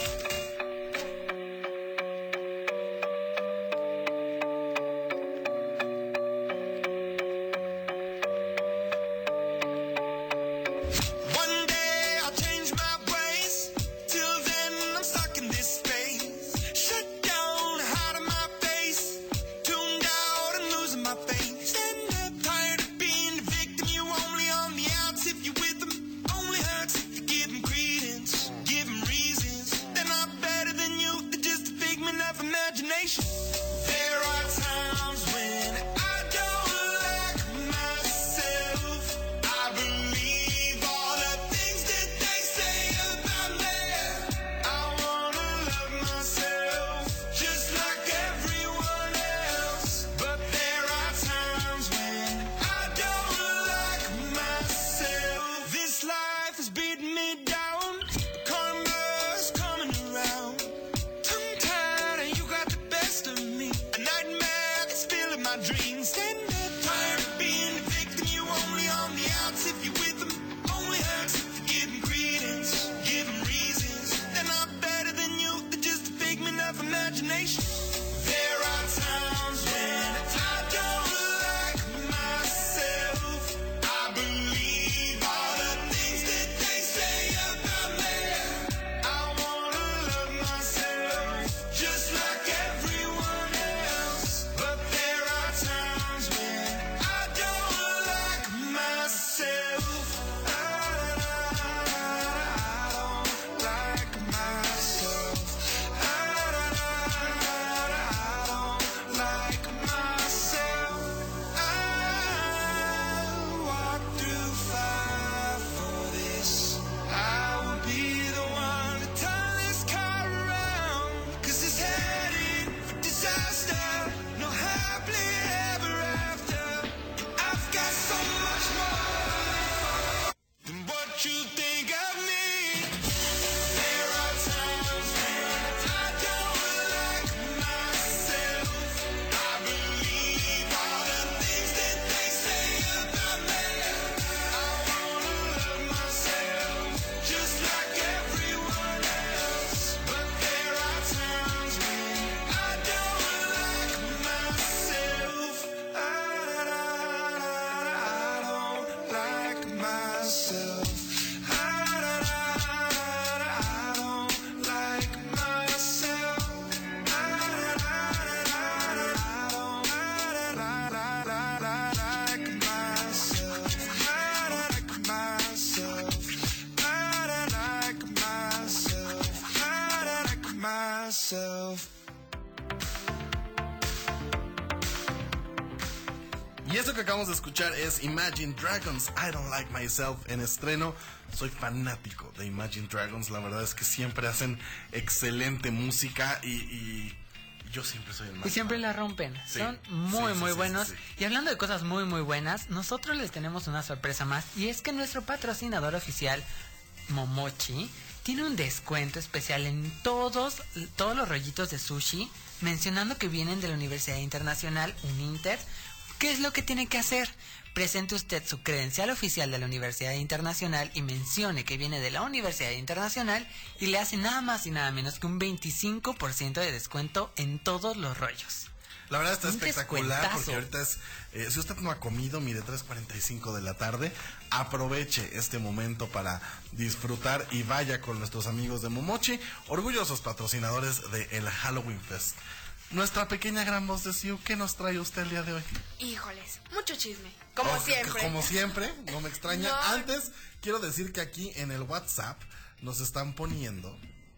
Y eso que acabamos de escuchar es Imagine Dragons, I Don't Like Myself, en estreno. Soy fanático de Imagine Dragons, la verdad es que siempre hacen excelente música y yo siempre soy el más. Y siempre la rompen, sí, son muy buenos. Sí. Y hablando de cosas muy buenas, nosotros les tenemos una sorpresa más, y es que nuestro patrocinador oficial, Momochi, tiene un descuento especial en todos los rollitos de sushi, mencionando que vienen de la Universidad Internacional, Uninter. ¿Qué es lo que tiene que hacer? presente usted su credencial oficial de la Universidad Internacional y mencione que viene de la Universidad Internacional y le hace nada más y nada menos que un 25% de descuento en todos los rollos. La verdad está Un espectacular descuentazo. porque ahorita es, si usted no ha comido, mire, 3:45 de la tarde, aproveche este momento para disfrutar y vaya con nuestros amigos de Momochi, orgullosos patrocinadores de el Halloween Fest. Nuestra pequeña gran voz de Siu, ¿qué nos trae usted el día de hoy? Híjoles, mucho chisme. Como Oh, siempre. Como siempre, no me extraña. No. Antes, quiero decir que aquí en el WhatsApp nos están poniendo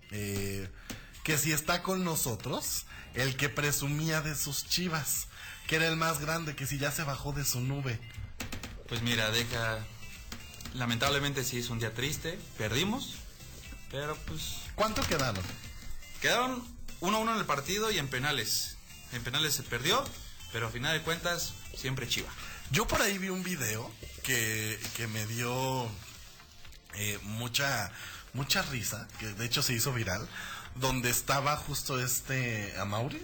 que si está con nosotros el que presumía de sus Chivas, que era el más grande, que si ya se bajó de su nube. Pues mira, lamentablemente sí es un día triste, perdimos, pero pues... ¿Cuánto quedaron? Quedaron 1-1 en el partido y en penales. En penales se perdió, pero a final de cuentas, siempre Chiva. Yo por ahí vi un video que me dio mucha risa, que de hecho se hizo viral, donde estaba justo Amaury.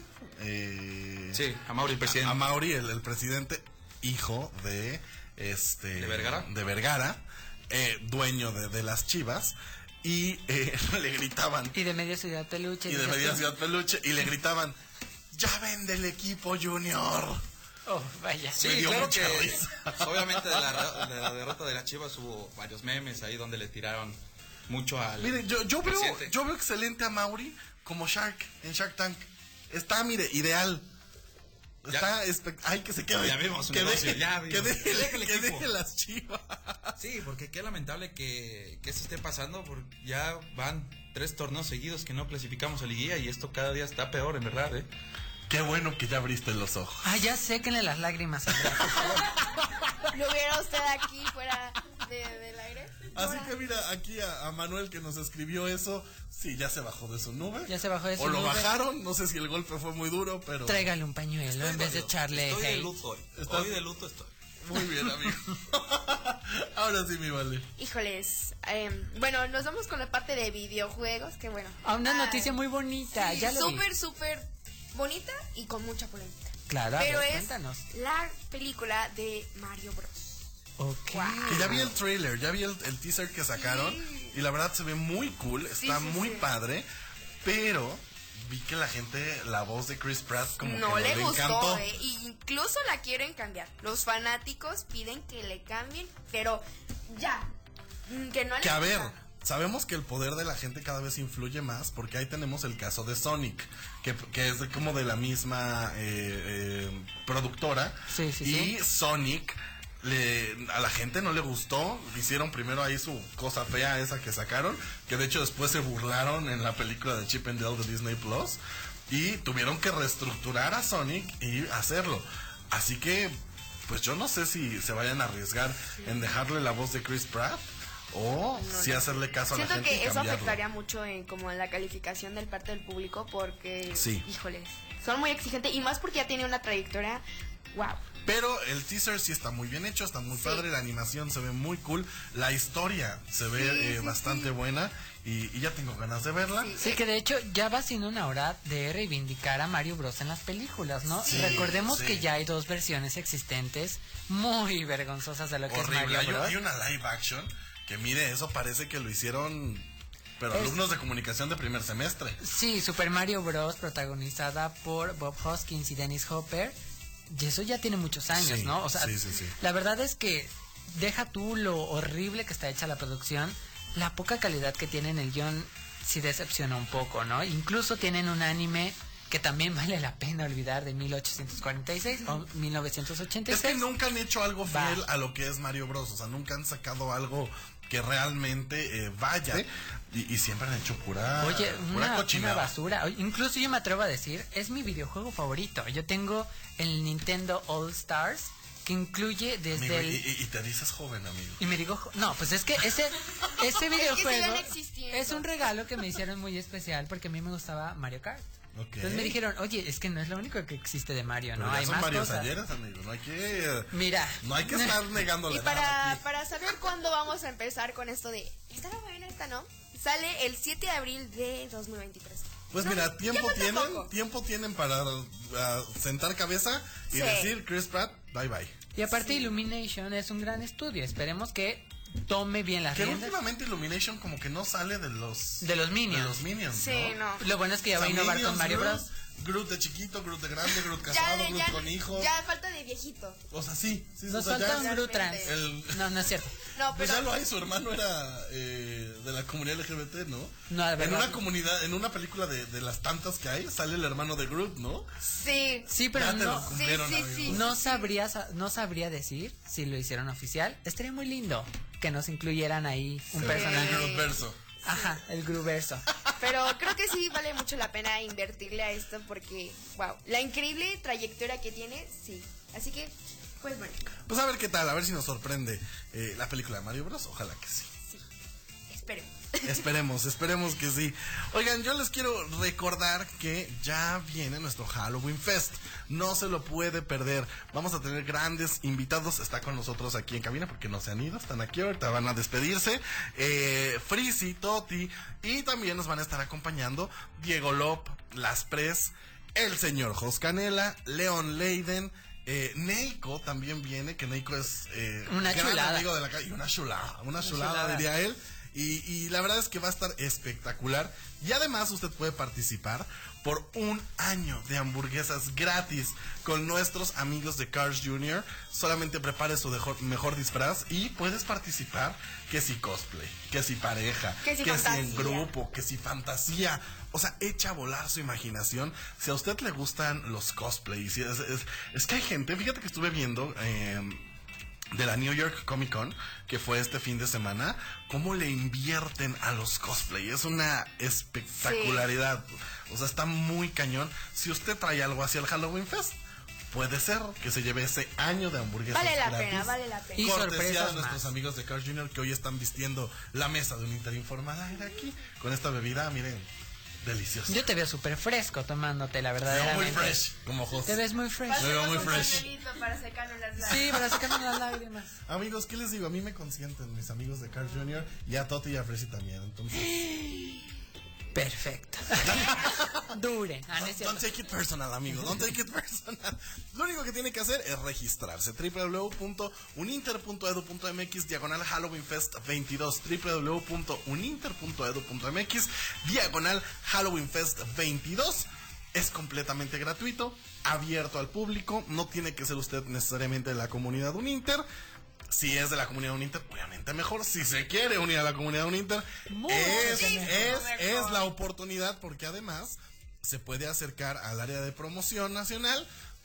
Sí, Amaury, el presidente. Amaury, el presidente, hijo de ¿De Vergara? De Vergara, dueño de las Chivas, y le gritaban. Y de Media Ciudad Peluche. Y de Media Ciudad Peluche, y le gritaban, ¡ya vende el equipo, Junior! Oh, vaya. Sí, Me dio claro mucha que risa. obviamente de la derrota de las Chivas hubo varios memes ahí donde le tiraron mucho al Mire, yo presidente. veo excelente a Mauri como Shark en Shark Tank. Está, mire, ideal. Está ay, que se quede. Ya vimos un que negocio, deje, ya que vimos. deje las Chivas. Sí, porque qué lamentable que eso esté pasando, porque ya van 3 torneos seguidos que no clasificamos a liguilla y esto cada día está peor, en verdad, Qué bueno que ya abriste los ojos. Ah, ya séquenle las lágrimas. ¿Lo viera usted aquí fuera del aire? Así que mira, aquí a Manuel que nos escribió eso, sí, ya se bajó de su nube. Ya se bajó de su O lo nube. bajaron, no sé si el golpe fue muy duro, pero... Tráigale un pañuelo en vez de echarle Estoy de hate. luto hoy. ¿Estás? Hoy de luto estoy. Muy bien, amigo. Ahora sí, mi vale. Híjoles, bueno, nos vamos con la parte de videojuegos, que bueno. A una noticia muy bonita, Sí, ya lo vi. súper bonita y con mucha polémica. Claro, a Pero ver, es cuéntanos. la película de Mario Bros. Ok. Que ya vi el trailer, ya vi el teaser que sacaron y la verdad se ve muy cool, está muy padre, pero vi que la gente, la voz de Chris Pratt como No que le no le gustó, encantó. incluso la quieren cambiar. Los fanáticos piden que le cambien, pero ya, que no le Que a ver, gusta. sabemos que el poder de la gente cada vez influye más porque ahí tenemos el caso de Sonic, que es como de la misma productora. Sí, sí, y sí. Sonic, a la gente no le gustó, hicieron primero ahí su cosa fea esa que sacaron, que de hecho después se burlaron en la película de Chip and Dale de Disney Plus, y tuvieron que reestructurar a Sonic y hacerlo. Así que, pues yo no sé si se vayan a arriesgar en dejarle la voz de Chris Pratt o si hacerle caso a la Siento gente y que eso cambiarlo. afectaría mucho en como en la calificación del parte del público porque, Sí. híjoles, son muy exigentes y más porque ya tiene una trayectoria, wow. Pero el teaser sí está muy bien hecho, está muy padre, la animación se ve muy cool, la historia se ve bastante buena y ya tengo ganas de verla. Sí, que de hecho ya va siendo una hora de reivindicar a Mario Bros en las películas, ¿no? Sí, Recordemos sí. que ya hay 2 versiones existentes muy vergonzosas de lo que Horrible, es Mario Bros. hay una live action que mire, eso parece que lo hicieron, pero Es- alumnos de comunicación de primer semestre. Sí, Super Mario Bros. Protagonizada por Bob Hoskins y Dennis Hopper. Y eso ya tiene muchos años, Sí, ¿no? O sea, sí. la verdad es que deja tú lo horrible que está hecha la producción, la poca calidad que tiene en el guión sí decepciona un poco, ¿no? Incluso tienen un anime que también vale la pena olvidar de 1846 o 1986. Es que nunca han hecho algo fiel a lo que es Mario Bros. O sea, nunca han sacado algo que realmente vaya. Y siempre han hecho pura una cochinada. basura. Incluso yo me atrevo a decir, es mi videojuego favorito. Yo tengo el Nintendo All Stars, que incluye desde Amigo, el... y te dices joven, amigo. Y me digo, no, pues es que ese videojuego sigan existiendo. es un regalo que me hicieron muy especial porque a mí me gustaba Mario Kart. Ok. Entonces me dijeron, oye, es que no es lo único que existe de Mario, Pero ¿no? ya Hay son más varios cosas. ayeres, amigo. No hay que... Mira. No hay que estar negando la Y edad aquí. para saber cuándo vamos a empezar con esto de esta no buena, esta no, sale el 7 de abril de 2023. Pues No, mira, ya falta poco. tiempo tienen para sentar cabeza y Sí. decir, Chris Pratt, bye bye. Y aparte Illumination es un gran estudio, esperemos que tome bien las Que riendas. últimamente Illumination como que no sale de los Minions. De los Minions, Sí, no. Lo bueno es que ya va a innovar Minions, con Mario Bros. Groot de chiquito, Groot de grande, Groot casado, Groot con hijo. Ya falta de viejito. O sea, sí. Nos o sea, falta ya un Groot trans. No es cierto. No, Pues pero ya lo hay, su hermano era de la comunidad LGBT, ¿no? No, de en verdad. una comunidad, en una película de las tantas que hay, sale el hermano de Groot, ¿no? sí. Sí, pero Ya te lo no, cumplieron, amigo. no sabría decir si lo hicieron oficial. Estaría muy lindo que nos incluyeran ahí un personaje. El Groot verso. Ajá, el Grooverso. Pero creo que sí vale mucho la pena invertirle a esto porque, wow, la increíble trayectoria que tiene, sí. Así que, pues bueno. Pues a ver qué tal, a ver si nos sorprende la película de Mario Bros. Ojalá que sí. Esperemos. Esperemos que sí. Oigan, yo les quiero recordar que ya viene nuestro Halloween Fest. No se lo puede perder. Vamos a tener grandes invitados. Está con nosotros aquí en cabina porque no se han ido. Están aquí ahorita, van a despedirse. Freezy, Toti. Y también nos van a estar acompañando Diego Lop, Las Pres, el señor Jos Canela, Leon Leiden. Neiko también viene, que Neiko es una gran chulada. amigo de la calle. Una chulada, diría él. Y la verdad es que va a estar espectacular. Y además usted puede participar por 1 año de hamburguesas gratis con nuestros amigos de Cars Jr. Solamente prepare su mejor disfraz y puedes participar, que si cosplay, que si pareja, que si en grupo, que si fantasía. O sea, echa a volar su imaginación. Si a usted le gustan los cosplays, es que hay gente, fíjate que estuve viendo de la New York Comic Con, que fue este fin de semana, cómo le invierten a los cosplay. Es una espectacularidad. Sí. O sea, está muy cañón. Si usted trae algo hacia el Halloween Fest, puede ser que se lleve ese año de hamburguesas vale la gratis. pena, vale la pena. Y Cortesía sorpresas de nuestros más. amigos de Cars Jr. que hoy están vistiendo la mesa de un Interinformal Aire aquí, con esta bebida, miren, deliciosa. Yo te veo súper fresco tomándote, la Me verdad. veo muy fresh, como José. Te ves muy fresh. Me veo muy fresh. Para secarnos las lágrimas. Sí, para sacarnos las lágrimas. Amigos, ¿qué les digo? A mí me consienten mis amigos de Cars Jr. y a Toti y a Freezy también, entonces... Perfecto. Dure. Don't take it personal, amigo. Don't take it personal. Lo único que tiene que hacer es registrarse. www.uninter.edu.mx /Halloween Fest 22. www.uninter.edu.mx /Halloween Fest 22. Es completamente gratuito, abierto al público. No tiene que ser usted necesariamente de la comunidad Uninter. Si es de la comunidad Uninter, obviamente mejor. Si se quiere unir a la comunidad Uninter, es la oportunidad, porque además se puede acercar al área de promoción nacional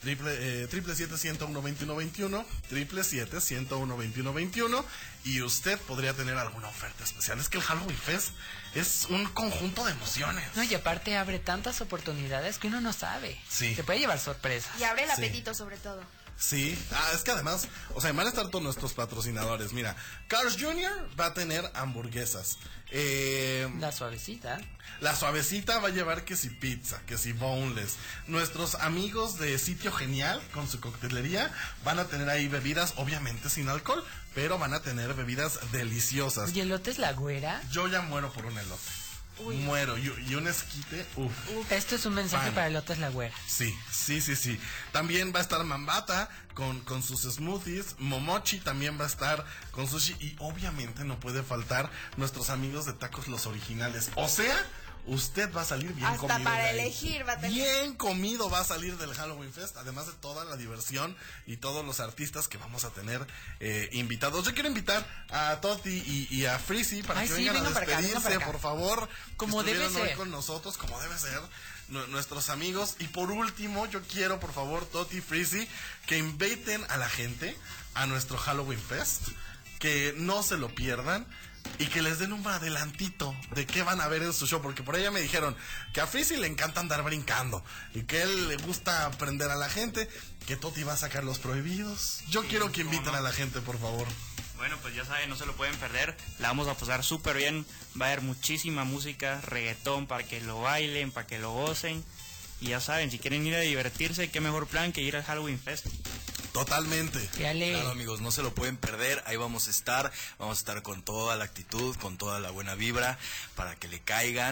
777-101-2121, 777-101-2121, y usted podría tener alguna oferta especial. Es que el Halloween Fest es un conjunto de emociones. No, y aparte abre tantas oportunidades que uno no sabe. Sí. Se puede llevar sorpresas. Y abre el apetito sobre todo. Sí, es que además, o sea, van a estar todos nuestros patrocinadores. Mira, Cars Jr. va a tener hamburguesas. La suavecita. La suavecita va a llevar que si pizza, que si boneless. Nuestros amigos de Sitio Genial, con su coctelería, van a tener ahí bebidas, obviamente sin alcohol, pero van a tener bebidas deliciosas. ¿Y elote es la güera? Yo ya muero por un elote. Uy. Muero. Y un esquite, Esto es un mensaje para elotes la güera. Sí. También va a estar Mambata con sus smoothies. Momochi también va a estar con sushi. Y obviamente no puede faltar nuestros amigos de Tacos Los Originales. O sea, usted va a salir bien hasta comido. Hasta para elegir va a tener. Bien comido va a salir del Halloween Fest, además de toda la diversión y todos los artistas que vamos a tener invitados. Yo quiero invitar a Toti y a Freezy para que vengan a despedirse, por favor. Como debe ser. Hoy con nosotros, como debe ser. Nuestros amigos. Y por último, yo quiero, por favor, Toti y Freezy, que inviten a la gente a nuestro Halloween Fest, que no se lo pierdan y que les den un adelantito de qué van a ver en su show, porque por ahí ya me dijeron que a Freezy le encanta andar brincando y que a él le gusta aprender a la gente, que Toti va a sacar los prohibidos. Yo quiero que inviten a la gente, por favor. Bueno, pues ya saben, no se lo pueden perder. La vamos a pasar súper bien. Va a haber muchísima música, reggaetón, para que lo bailen, para que lo gocen. Y ya saben, si quieren ir a divertirse, qué mejor plan que ir al Halloween Fest. Totalmente. Claro, amigos, no se lo pueden perder. Ahí vamos a estar con toda la actitud, con toda la buena vibra, para que le caigan.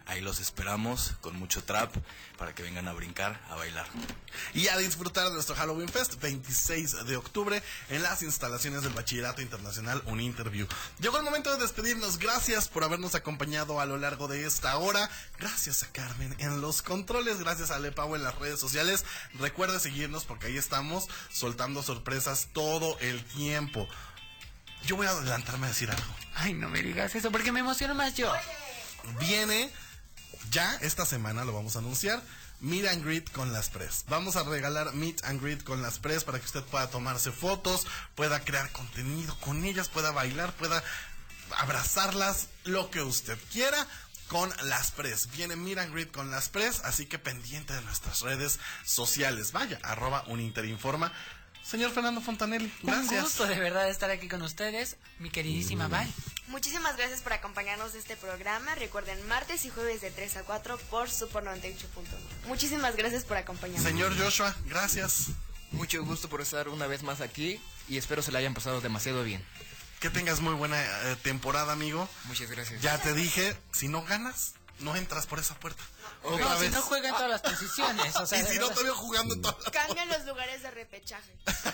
Ahí los esperamos con mucho trap para que vengan a brincar, a bailar. Y a disfrutar de nuestro Halloween Fest 26 de octubre en las instalaciones del Bachillerato Internacional Uninterview. Llegó el momento de despedirnos. Gracias por habernos acompañado a lo largo de esta hora. Gracias a Carmen en los controles. Gracias a Ale Pau en las redes sociales. Recuerde seguirnos porque ahí estamos soltando sorpresas todo el tiempo. Yo voy a adelantarme a decir algo. Ay, no me digas eso porque me emociono más yo. Viene ya esta semana, lo vamos a anunciar, Meet and Greet con las Pres. Vamos a regalar Meet and Greet con las Pres para que usted pueda tomarse fotos, pueda crear contenido con ellas, pueda bailar, pueda abrazarlas, lo que usted quiera con las Pres. Viene Meet and Greet con las Pres, así que pendiente de nuestras redes sociales. Vaya, @uninterinforma. Señor Fernando Fontanelli, gracias. Un gusto de verdad estar aquí con ustedes, mi queridísima Val. Muchísimas gracias por acompañarnos de este programa. Recuerden, martes y jueves de 3 a 4 por Super 98.1. Muchísimas gracias por acompañarnos. Señor Joshua, gracias. Mucho gusto por estar una vez más aquí y espero se la hayan pasado demasiado bien. Que tengas muy buena temporada, amigo. Muchas gracias. Ya te dije, si no ganas, no entras por esa puerta. Otra vez. Si no juega en todas las posiciones. O sea, y si no te veo jugando en todas las Cambian los lugares de repechaje.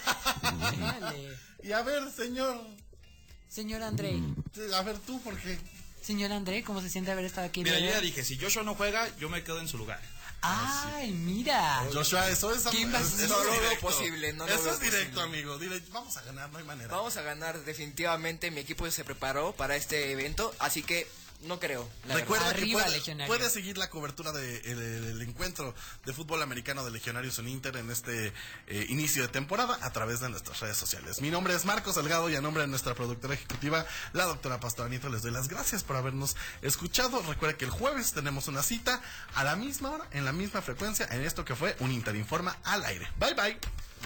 Vale. Y a ver, señor André. A ver tú, ¿por qué? Señor André, ¿cómo se siente haber estado aquí? Mira, yo ya dije, si Joshua no juega, yo me quedo en su lugar. Ay, mira. Joshua, eso es... No lo veo posible. Eso es directo, amigo. Dile, vamos a ganar, no hay manera. Vamos a ganar, definitivamente. Mi equipo se preparó para este evento, así que no creo. Recuerda que puedes seguir la cobertura del encuentro de fútbol americano de Legionarios Uninter en este inicio de temporada a través de nuestras redes sociales. Mi nombre es Marcos Salgado y a nombre de nuestra productora ejecutiva, la doctora Pastora Nieto, les doy las gracias por habernos escuchado. Recuerda que el jueves tenemos una cita a la misma hora, en la misma frecuencia, en esto que fue Uninter Informa al aire. Bye, bye.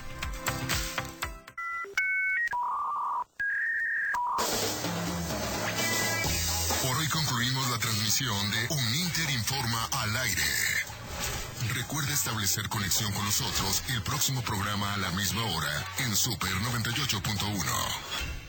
Por hoy concluimos la transmisión de Uninter Informa al aire. Recuerda establecer conexión con nosotros el próximo programa a la misma hora en Super 98.1.